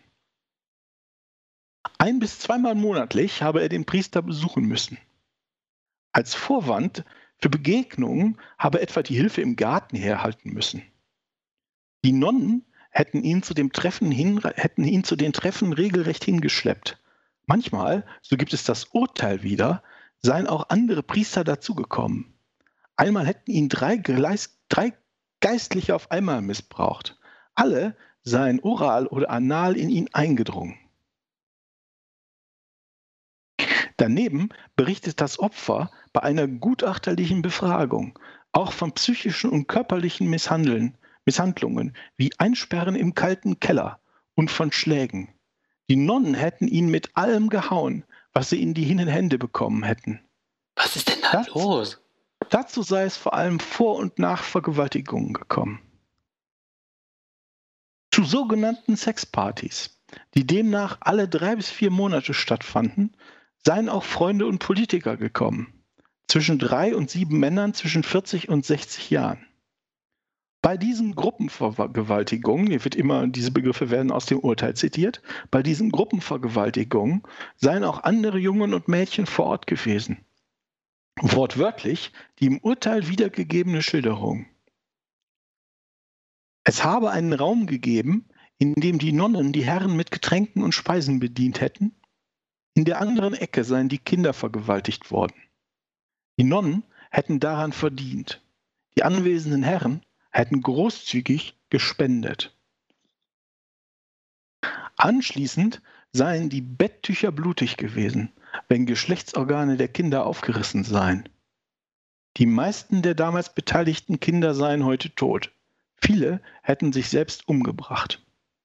1- bis 2-mal monatlich habe er den Priester besuchen müssen. Als Vorwand für Begegnungen habe er etwa die Hilfe im Garten herhalten müssen. Die Nonnen hätten ihn zu den Treffen regelrecht hingeschleppt. Manchmal, so gibt es das Urteil wieder, seien auch andere Priester dazugekommen. Einmal hätten ihn 3 Geistliche auf einmal missbraucht. Alle seien oral oder anal in ihn eingedrungen. Daneben berichtet das Opfer bei einer gutachterlichen Befragung auch von psychischen und körperlichen Misshandlungen wie Einsperren im kalten Keller und von Schlägen. Die Nonnen hätten ihn mit allem gehauen, was sie in die Hände bekommen hätten. Was ist denn da los? Dazu sei es vor allem vor und nach Vergewaltigungen gekommen. Zu sogenannten Sexpartys, die demnach alle 3 bis 4 Monate stattfanden, seien auch Freunde und Politiker gekommen, zwischen 3 und 7 Männern zwischen 40 und 60 Jahren. Bei diesen Gruppenvergewaltigungen, diese Begriffe werden aus dem Urteil zitiert, bei diesen Gruppenvergewaltigungen seien auch andere Jungen und Mädchen vor Ort gewesen. Wortwörtlich die im Urteil wiedergegebene Schilderung. Es habe einen Raum gegeben, in dem die Nonnen die Herren mit Getränken und Speisen bedient hätten. In der anderen Ecke seien die Kinder vergewaltigt worden. Die Nonnen hätten daran verdient. Die anwesenden Herren hätten großzügig gespendet. Anschließend seien die Betttücher blutig gewesen, wenn Geschlechtsorgane der Kinder aufgerissen seien. Die meisten der damals beteiligten Kinder seien heute tot. Viele hätten sich selbst umgebracht.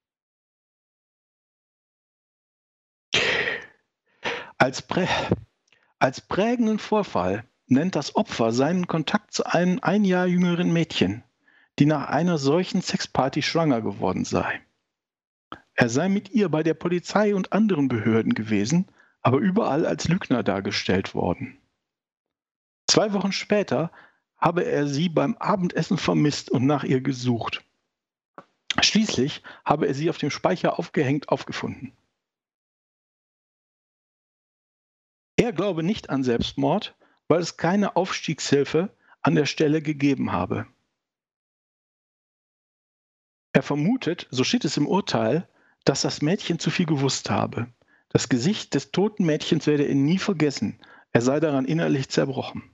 Als prägenden Vorfall nennt das Opfer seinen Kontakt zu einem 1 Jahr jüngeren Mädchen, die nach einer solchen Sexparty schwanger geworden sei. Er sei mit ihr bei der Polizei und anderen Behörden gewesen, aber überall als Lügner dargestellt worden. 2 Wochen später habe er sie beim Abendessen vermisst und nach ihr gesucht. Schließlich habe er sie auf dem Speicher aufgehängt aufgefunden. Er glaube nicht an Selbstmord, weil es keine Aufstiegshilfe an der Stelle gegeben habe. Er vermutet, so steht es im Urteil, dass das Mädchen zu viel gewusst habe, Das Gesicht des toten Mädchens werde er nie vergessen. Er sei daran innerlich zerbrochen.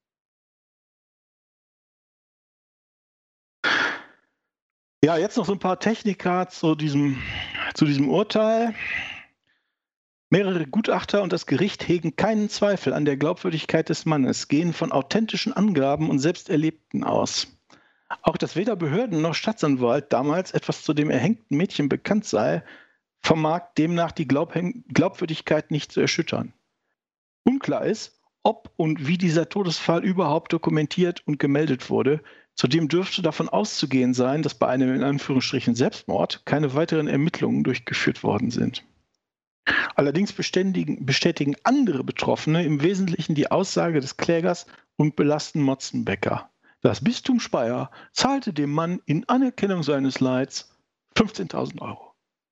Ja, jetzt noch so ein paar Techniker zu diesem Urteil. Mehrere Gutachter und das Gericht hegen keinen Zweifel an der Glaubwürdigkeit des Mannes, gehen von authentischen Angaben und Selbsterlebten aus. Auch dass weder Behörden noch Staatsanwalt damals etwas zu dem erhängten Mädchen bekannt sei, vermag demnach die Glaubwürdigkeit nicht zu erschüttern. Unklar ist, ob und wie dieser Todesfall überhaupt dokumentiert und gemeldet wurde. Zudem dürfte davon auszugehen sein, dass bei einem in Anführungsstrichen Selbstmord keine weiteren Ermittlungen durchgeführt worden sind. Allerdings bestätigen andere Betroffene im Wesentlichen die Aussage des Klägers und belasten Motzenbecker. Das Bistum Speyer zahlte dem Mann in Anerkennung seines Leids 15.000 €.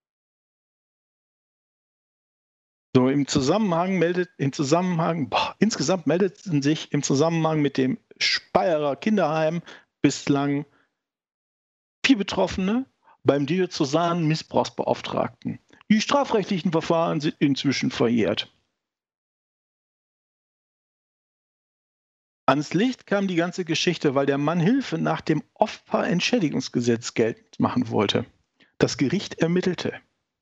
So, insgesamt meldeten sich im Zusammenhang mit dem Speyerer Kinderheim bislang 4 Betroffene beim diözesanen Missbrauchsbeauftragten. Die strafrechtlichen Verfahren sind inzwischen verjährt. Ans Licht kam die ganze Geschichte, weil der Mann Hilfe nach dem Opferentschädigungsgesetz geltend machen wollte. Das Gericht ermittelte.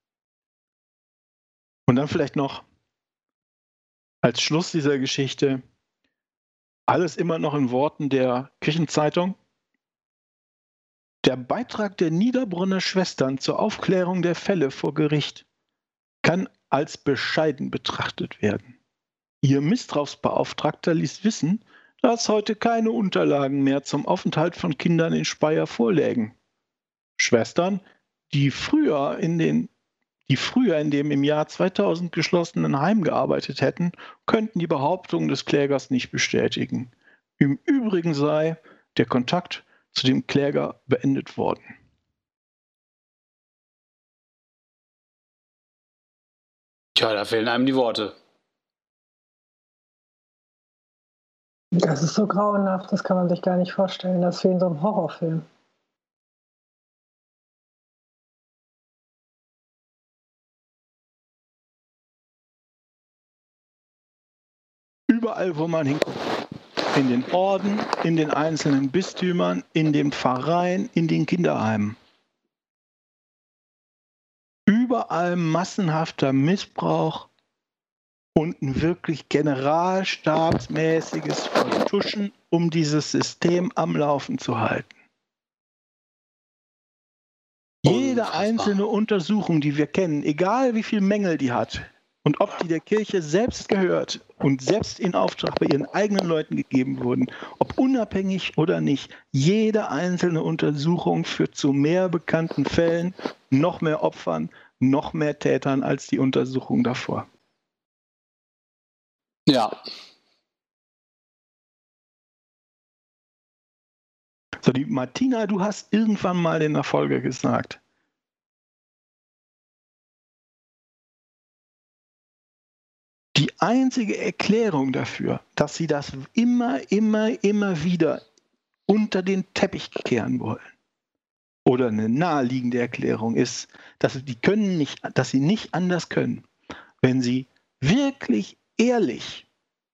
Und dann vielleicht noch als Schluss dieser Geschichte, alles immer noch in Worten der Kirchenzeitung. Der Beitrag der Niederbrunner Schwestern zur Aufklärung der Fälle vor Gericht kann als bescheiden betrachtet werden. Ihr Missbrauchsbeauftragter ließ wissen, dass heute keine Unterlagen mehr zum Aufenthalt von Kindern in Speyer vorlägen. Schwestern, die früher in dem im Jahr 2000 geschlossenen Heim gearbeitet hätten, könnten die Behauptung des Klägers nicht bestätigen. Im Übrigen sei der Kontakt zu dem Kläger beendet worden. Tja, da fehlen einem die Worte. Das ist so grauenhaft, das kann man sich gar nicht vorstellen. Das ist wie in so einem Horrorfilm. Überall, wo man hinguckt. In den Orden, in den einzelnen Bistümern, in den Pfarreien, in den Kinderheimen. Überall massenhafter Missbrauch und ein wirklich generalstabsmäßiges Vertuschen, um dieses System am Laufen zu halten. Jede einzelne Untersuchung, die wir kennen, egal wie viele Mängel die hat und ob die der Kirche selbst gehört und selbst in Auftrag bei ihren eigenen Leuten gegeben wurden, ob unabhängig oder nicht, jede einzelne Untersuchung führt zu mehr bekannten Fällen, noch mehr Opfern, noch mehr Tätern als die Untersuchung davor. Ja. So, die Martina, du hast irgendwann mal in der Folge gesagt, die einzige Erklärung dafür, dass sie das immer wieder unter den Teppich kehren wollen, oder eine naheliegende Erklärung ist, dass sie nicht anders können, wenn sie wirklich ehrlich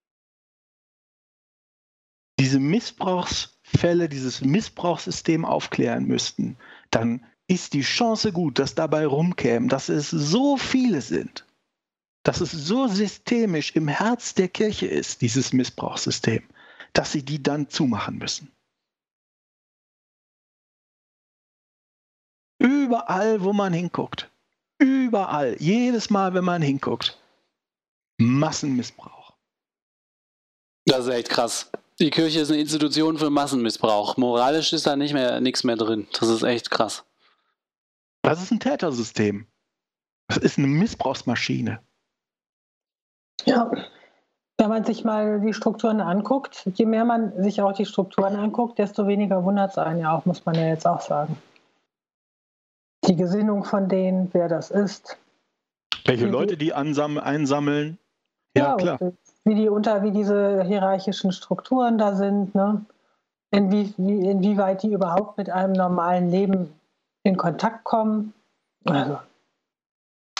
diese Missbrauchsfälle, dieses Missbrauchssystem aufklären müssten, dann ist die Chance gut, dass dabei rumkämen, dass es so viele sind, dass es so systemisch im Herz der Kirche ist, dieses Missbrauchssystem, dass sie die dann zumachen müssen. Überall, wo man hinguckt, überall, jedes Mal, wenn man hinguckt, Massenmissbrauch. Das ist echt krass. Die Kirche ist eine Institution für Massenmissbrauch. Moralisch ist da nichts mehr drin. Das ist echt krass. Das ist ein Tätersystem. Das ist eine Missbrauchsmaschine. Ja, wenn man sich mal die Strukturen anguckt, je mehr man sich auch die Strukturen anguckt, desto weniger wundert es einen ja auch, muss man ja jetzt auch sagen. Die Gesinnung von denen, wer das ist. Welche Leute die einsammeln. Ja, klar. Wie diese hierarchischen Strukturen da sind, ne? Inwieweit die überhaupt mit einem normalen Leben in Kontakt kommen. Also,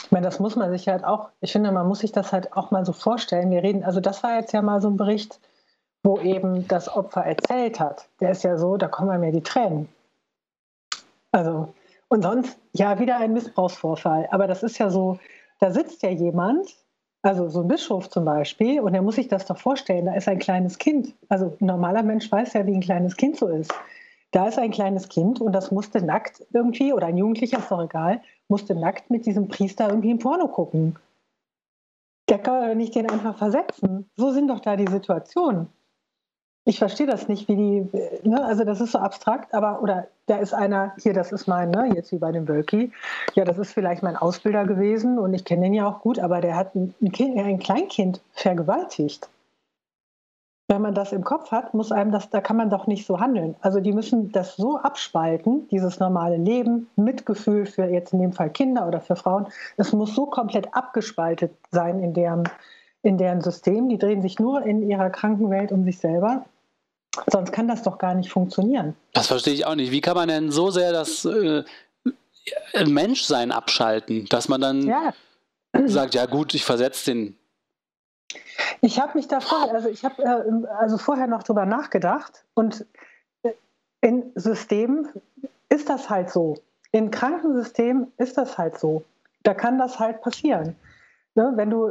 Ich meine, das muss man sich halt auch, ich finde, man muss sich das halt auch mal so vorstellen. Wir reden, also das war jetzt ja mal so ein Bericht, wo eben das Opfer erzählt hat. Der ist ja so, da kommen mir die Tränen. Also, und sonst, ja, wieder ein Missbrauchsvorfall. Aber das ist ja so, da sitzt ja jemand, also so ein Bischof zum Beispiel, und er muss sich das doch vorstellen, da ist ein kleines Kind. Also ein normaler Mensch weiß ja, wie ein kleines Kind so ist. Da ist ein kleines Kind und das musste nackt irgendwie, oder ein Jugendlicher, ist doch egal, musste nackt mit diesem Priester irgendwie ein Porno gucken. Da kann man doch nicht den einfach versetzen. So sind doch da die Situationen. Ich verstehe das nicht, wie die, ne? Also das ist so abstrakt, aber, oder da ist einer, hier, das ist mein, ne, jetzt wie bei dem Wölki, ja, das ist vielleicht mein Ausbilder gewesen und ich kenne den ja auch gut, aber der hat ein Kleinkind vergewaltigt. Wenn man das im Kopf hat, muss einem das, da kann man doch nicht so handeln. Also die müssen das so abspalten, dieses normale Leben, Mitgefühl für jetzt in dem Fall Kinder oder für Frauen. Es muss so komplett abgespaltet sein in deren System. Die drehen sich nur in ihrer kranken Welt um sich selber. Sonst kann das doch gar nicht funktionieren. Das verstehe ich auch nicht. Wie kann man denn so sehr das Menschsein abschalten, dass man dann sagt, ja gut, ich versetze den. Ich habe mich da vorher noch drüber nachgedacht und in Systemen ist das halt so. In Krankensystemen ist das halt so. Da kann das halt passieren. Ne? Wenn du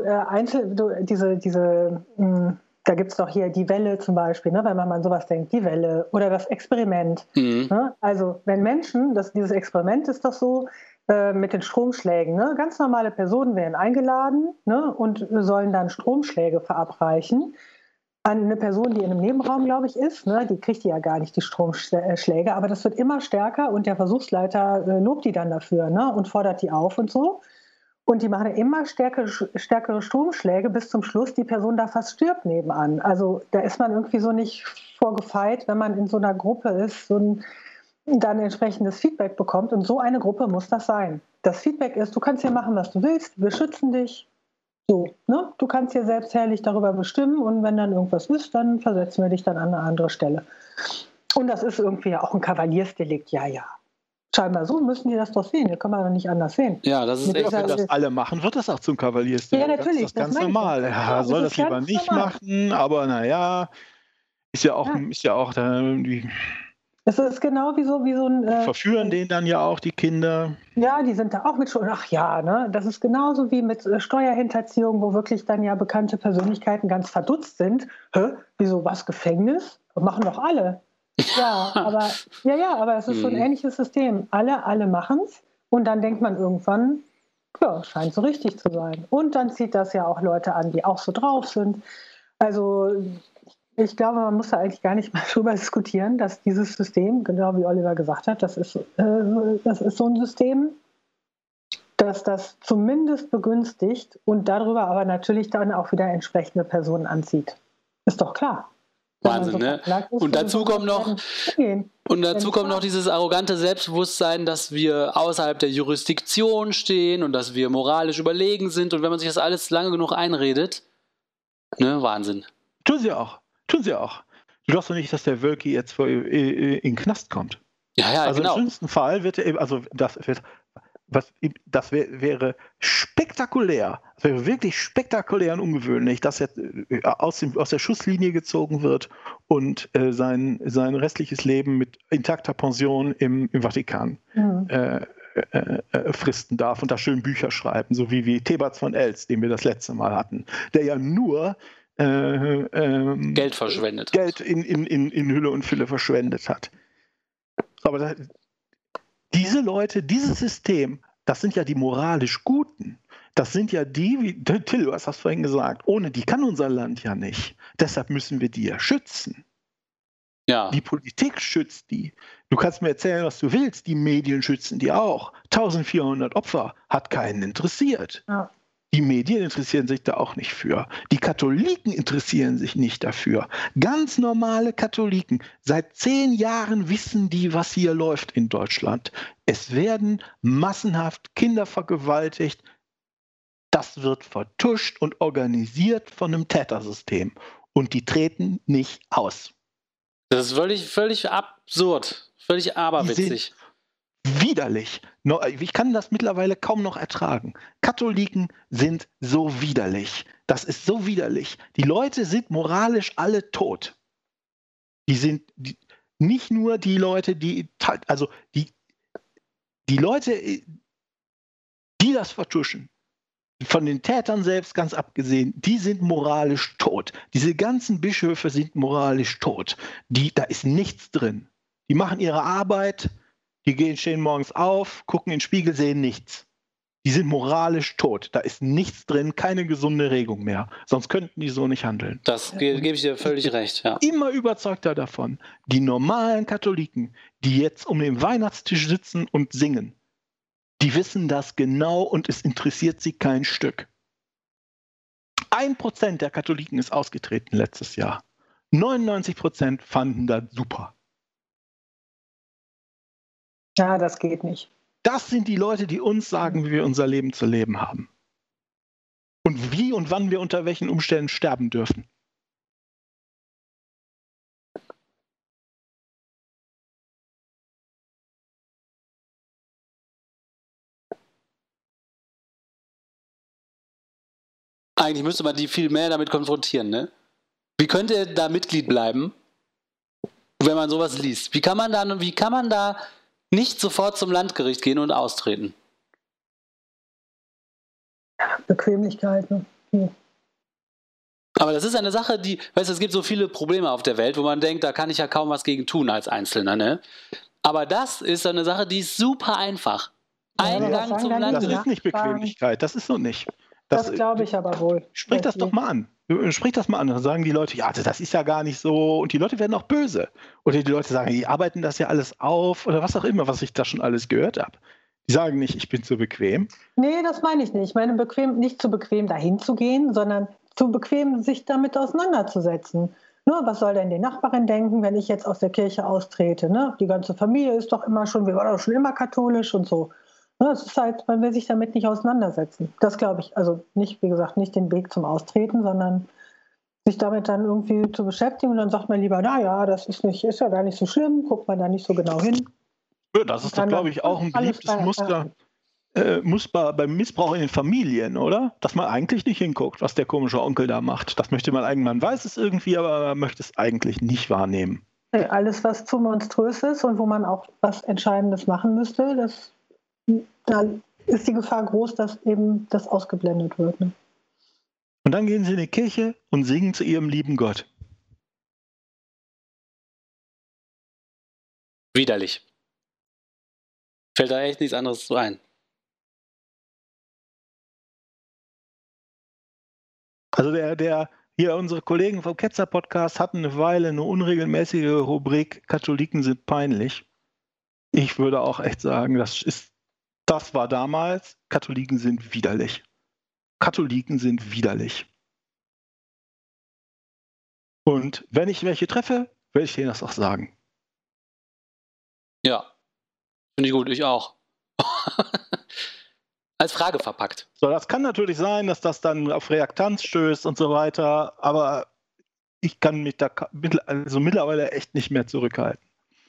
da gibt es doch hier die Welle zum Beispiel, ne? Wenn man an sowas denkt, die Welle oder das Experiment. Ne? Also wenn Menschen, dieses Experiment ist doch so, mit den Stromschlägen. Ne? Ganz normale Personen werden eingeladen, ne? Und sollen dann Stromschläge verabreichen an eine Person, die in einem Nebenraum, glaube ich, ist. Ne? Die kriegt die ja gar nicht, die Stromschläge, aber das wird immer stärker und der Versuchsleiter lobt die dann dafür, ne? Und fordert die auf und so. Und die machen immer stärkere Stromschläge, bis zum Schluss die Person da fast stirbt nebenan. Also da ist man irgendwie so nicht vorgefeit, wenn man in so einer Gruppe ist, dann entsprechendes Feedback bekommt. Und so eine Gruppe muss das sein. Das Feedback ist, du kannst hier machen, was du willst, wir schützen dich. So, ne? Du kannst hier selbstherrlich darüber bestimmen und wenn dann irgendwas ist, dann versetzen wir dich dann an eine andere Stelle. Und das ist irgendwie auch ein Kavaliersdelikt, ja. Scheinbar so müssen die das doch sehen. Das kann man doch nicht anders sehen. Ja, das ist echt. Wenn das alle machen, wird das auch zum Kavaliersdelikt. Ja, natürlich. Das ist ganz normal. Ja, soll das lieber nicht machen, aber naja, ist ja auch da irgendwie. Es ist genau wie so ein. Verführen den dann ja auch die Kinder. Ja, die sind da auch mit schon. Ach ja, ne? Das ist genauso wie mit Steuerhinterziehung, wo wirklich dann ja bekannte Persönlichkeiten ganz verdutzt sind. Wieso was Gefängnis? Das machen doch alle. Ja, aber es ist so ein ähnliches System. Alle machen es und dann denkt man irgendwann, ja, scheint so richtig zu sein. Und dann zieht das ja auch Leute an, die auch so drauf sind. Also ich glaube, man muss da eigentlich gar nicht mal drüber diskutieren, dass dieses System, genau wie Oliver gesagt hat, das ist so ein System, dass das zumindest begünstigt und darüber aber natürlich dann auch wieder entsprechende Personen anzieht. Ist doch klar. Wahnsinn, ne? Und dazu kommt noch dieses arrogante Selbstbewusstsein, dass wir außerhalb der Jurisdiktion stehen und dass wir moralisch überlegen sind. Und wenn man sich das alles lange genug einredet, ne, Wahnsinn. Tun sie auch. Du glaubst doch nicht, dass der Wölki jetzt in den Knast kommt. Ja, also genau. Im schlimmsten Fall wird er, das wäre spektakulär. Das wäre wirklich spektakulär und ungewöhnlich, dass er aus der Schusslinie gezogen wird und sein restliches Leben mit intakter Pension im Vatikan fristen darf und da schön Bücher schreiben, so wie Thebats von Elst, den wir das letzte Mal hatten, der ja nur Geld verschwendet. Geld in Hülle und Fülle verschwendet hat. Aber diese Leute, dieses System, das sind ja die moralisch Guten. Das sind ja die, wie Till, du hast das vorhin gesagt, ohne die kann unser Land ja nicht. Deshalb müssen wir die ja schützen. Ja. Die Politik schützt die. Du kannst mir erzählen, was du willst. Die Medien schützen die auch. 1400 Opfer hat keinen interessiert. Ja. Die Medien interessieren sich da auch nicht für. Die Katholiken interessieren sich nicht dafür. Ganz normale Katholiken. Seit 10 Jahren wissen die, was hier läuft in Deutschland. Es werden massenhaft Kinder vergewaltigt. Das wird vertuscht und organisiert von einem Tätersystem. Und die treten nicht aus. Das ist völlig absurd. Völlig aberwitzig. widerlich. Ich kann das mittlerweile kaum noch ertragen. Katholiken sind so widerlich. Das ist so widerlich. Die Leute sind moralisch alle tot. Nicht nur die Leute, die Leute, die das vertuschen, von den Tätern selbst ganz abgesehen, die sind moralisch tot. Diese ganzen Bischöfe sind moralisch tot. Da ist nichts drin. Die machen ihre Arbeit, stehen morgens auf, gucken in den Spiegel, sehen nichts. Die sind moralisch tot. Da ist nichts drin, keine gesunde Regung mehr. Sonst könnten die so nicht handeln. Das gebe ich dir völlig recht, ja. Immer überzeugter davon. Die normalen Katholiken, die jetzt um den Weihnachtstisch sitzen und singen, die wissen das genau und es interessiert sie kein Stück. 1% der Katholiken ist ausgetreten letztes Jahr. 99% fanden das super. Ja, das geht nicht. Das sind die Leute, die uns sagen, wie wir unser Leben zu leben haben. Und wie und wann wir unter welchen Umständen sterben dürfen. Eigentlich müsste man die viel mehr damit konfrontieren, ne? Wie könnte er da Mitglied bleiben, wenn man sowas liest? Wie kann man da nicht sofort zum Landgericht gehen und austreten? Bequemlichkeit, ne? Aber das ist eine Sache, es gibt so viele Probleme auf der Welt, wo man denkt, da kann ich ja kaum was gegen tun als Einzelner, ne? Aber das ist eine Sache, die ist super einfach. Eingang zum Landgericht. Das ist nicht Bequemlichkeit, das ist so nicht. Das glaube ich aber wohl. Sprich das doch mal an. Sprich das mal an. Dann sagen die Leute, ja, das ist ja gar nicht so. Und die Leute werden auch böse. Oder die Leute sagen, die arbeiten das ja alles auf. Oder was auch immer, was ich da schon alles gehört habe. Die sagen nicht, ich bin zu bequem. Nee, das meine ich nicht. Ich meine nicht zu bequem dahin zu gehen, sondern zu bequem, sich damit auseinanderzusetzen. Nur, was soll denn die Nachbarin denken, wenn ich jetzt aus der Kirche austrete? Ne? Die ganze Familie ist doch immer wir waren doch schon immer katholisch und so. Es ist halt, man will sich damit nicht auseinandersetzen. Das glaube ich, also nicht, wie gesagt, nicht den Weg zum Austreten, sondern sich damit dann irgendwie zu beschäftigen und dann sagt man lieber, naja, das ist ja gar nicht so schlimm, guckt man da nicht so genau hin. Ja, das ist doch, glaube ich, auch ein beliebtes Muster beim Missbrauch in den Familien, oder? Dass man eigentlich nicht hinguckt, was der komische Onkel da macht. Das möchte man eigentlich, man weiß es irgendwie, aber man möchte es eigentlich nicht wahrnehmen. Alles, was zu monströs ist und wo man auch was Entscheidendes machen müsste, da ist die Gefahr groß, dass eben das ausgeblendet wird. Ne? Und dann gehen sie in die Kirche und singen zu ihrem lieben Gott. Widerlich. Fällt da echt nichts anderes zu ein. Also hier unsere Kollegen vom Ketzer-Podcast hatten eine Weile eine unregelmäßige Rubrik Katholiken sind peinlich. Ich würde auch echt sagen, das war damals, Katholiken sind widerlich. Katholiken sind widerlich. Und wenn ich welche treffe, werde ich denen das auch sagen. Ja, finde ich gut, ich auch. Als Frage verpackt. So, das kann natürlich sein, dass das dann auf Reaktanz stößt und so weiter, aber ich kann mich da mittlerweile echt nicht mehr zurückhalten.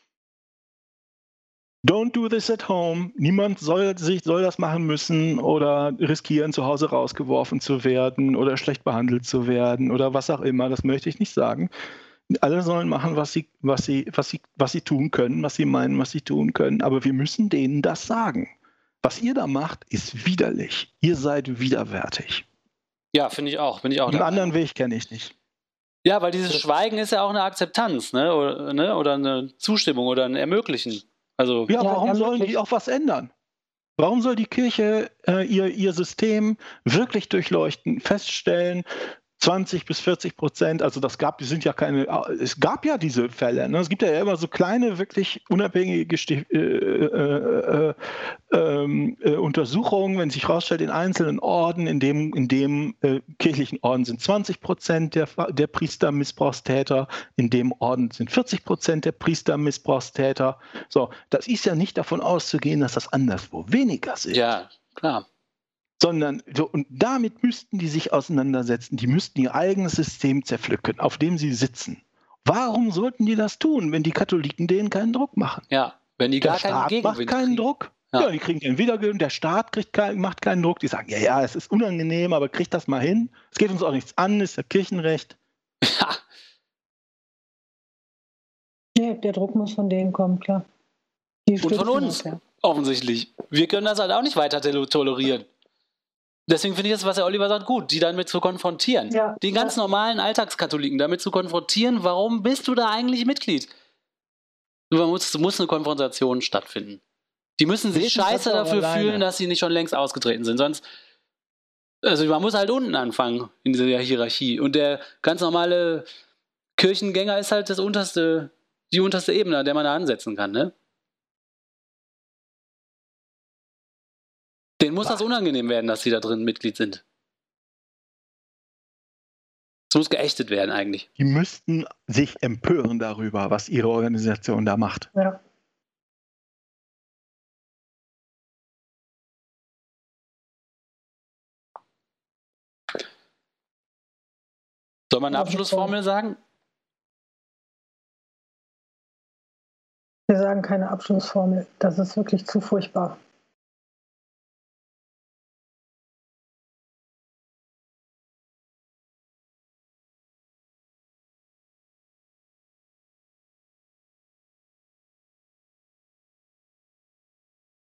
Don't do this at home. Niemand soll das machen müssen oder riskieren, zu Hause rausgeworfen zu werden oder schlecht behandelt zu werden oder was auch immer. Das möchte ich nicht sagen. Alle sollen machen, was sie tun können, was sie meinen, was sie tun können. Aber wir müssen denen das sagen. Was ihr da macht, ist widerlich. Ihr seid widerwärtig. Ja, finde ich auch. Einen anderen Weg kenne ich nicht. Ja, weil dieses Schweigen ist ja auch eine Akzeptanz, ne? Oder eine Zustimmung oder ein Ermöglichen. Also, ja, warum sollen die auch was ändern? Warum soll die Kirche ihr System wirklich durchleuchten, feststellen, 20-40%, also es gab ja diese Fälle, ne? Es gibt ja immer so kleine, wirklich unabhängige Untersuchungen, wenn sich herausstellt, in einzelnen Orden, in dem kirchlichen Orden sind 20% der Priester Missbrauchstäter, in dem Orden sind 40% der Priester Missbrauchstäter. So, das ist ja nicht davon auszugehen, dass das anderswo weniger sind. Ja, klar. Sondern, und damit müssten die sich auseinandersetzen, die müssten ihr eigenes System zerpflücken, auf dem sie sitzen. Warum sollten die das tun, wenn die Katholiken denen keinen Druck machen? Ja, Wenn die Der gar keinen Staat macht Gegenwind keinen kriegen. Druck. Ja. Ja, die kriegen keinen Wiedergewinn. Der Staat macht keinen Druck. Die sagen, ja, es ist unangenehm, aber kriegt das mal hin. Es geht uns auch nichts an, ist ja Kirchenrecht. Ja. Ja, der Druck muss von denen kommen, klar. Die Und von stützen uns, das, ja. offensichtlich. Wir können das halt auch nicht weiter tolerieren. Deswegen finde ich das, was der Oliver sagt, gut, die damit zu konfrontieren. Ja, Den ganz normalen Alltagskatholiken damit zu konfrontieren, warum bist du da eigentlich Mitglied? Muss eine Konfrontation stattfinden. Die müssen sich Lesen das scheiße auch dafür alleine. fühlen, dass sie nicht schon längst ausgetreten sind. Sonst, also man muss halt unten anfangen in dieser Hierarchie. Und der ganz normale Kirchengänger ist halt die unterste Ebene, an der man da ansetzen kann, ne? Denen muss das unangenehm werden, dass sie da drin Mitglied sind. Es muss geächtet werden eigentlich. Die müssten sich empören darüber, was ihre Organisation da macht. Ja. Soll man eine Abschlussformel sagen? Wir sagen keine Abschlussformel. Das ist wirklich zu furchtbar.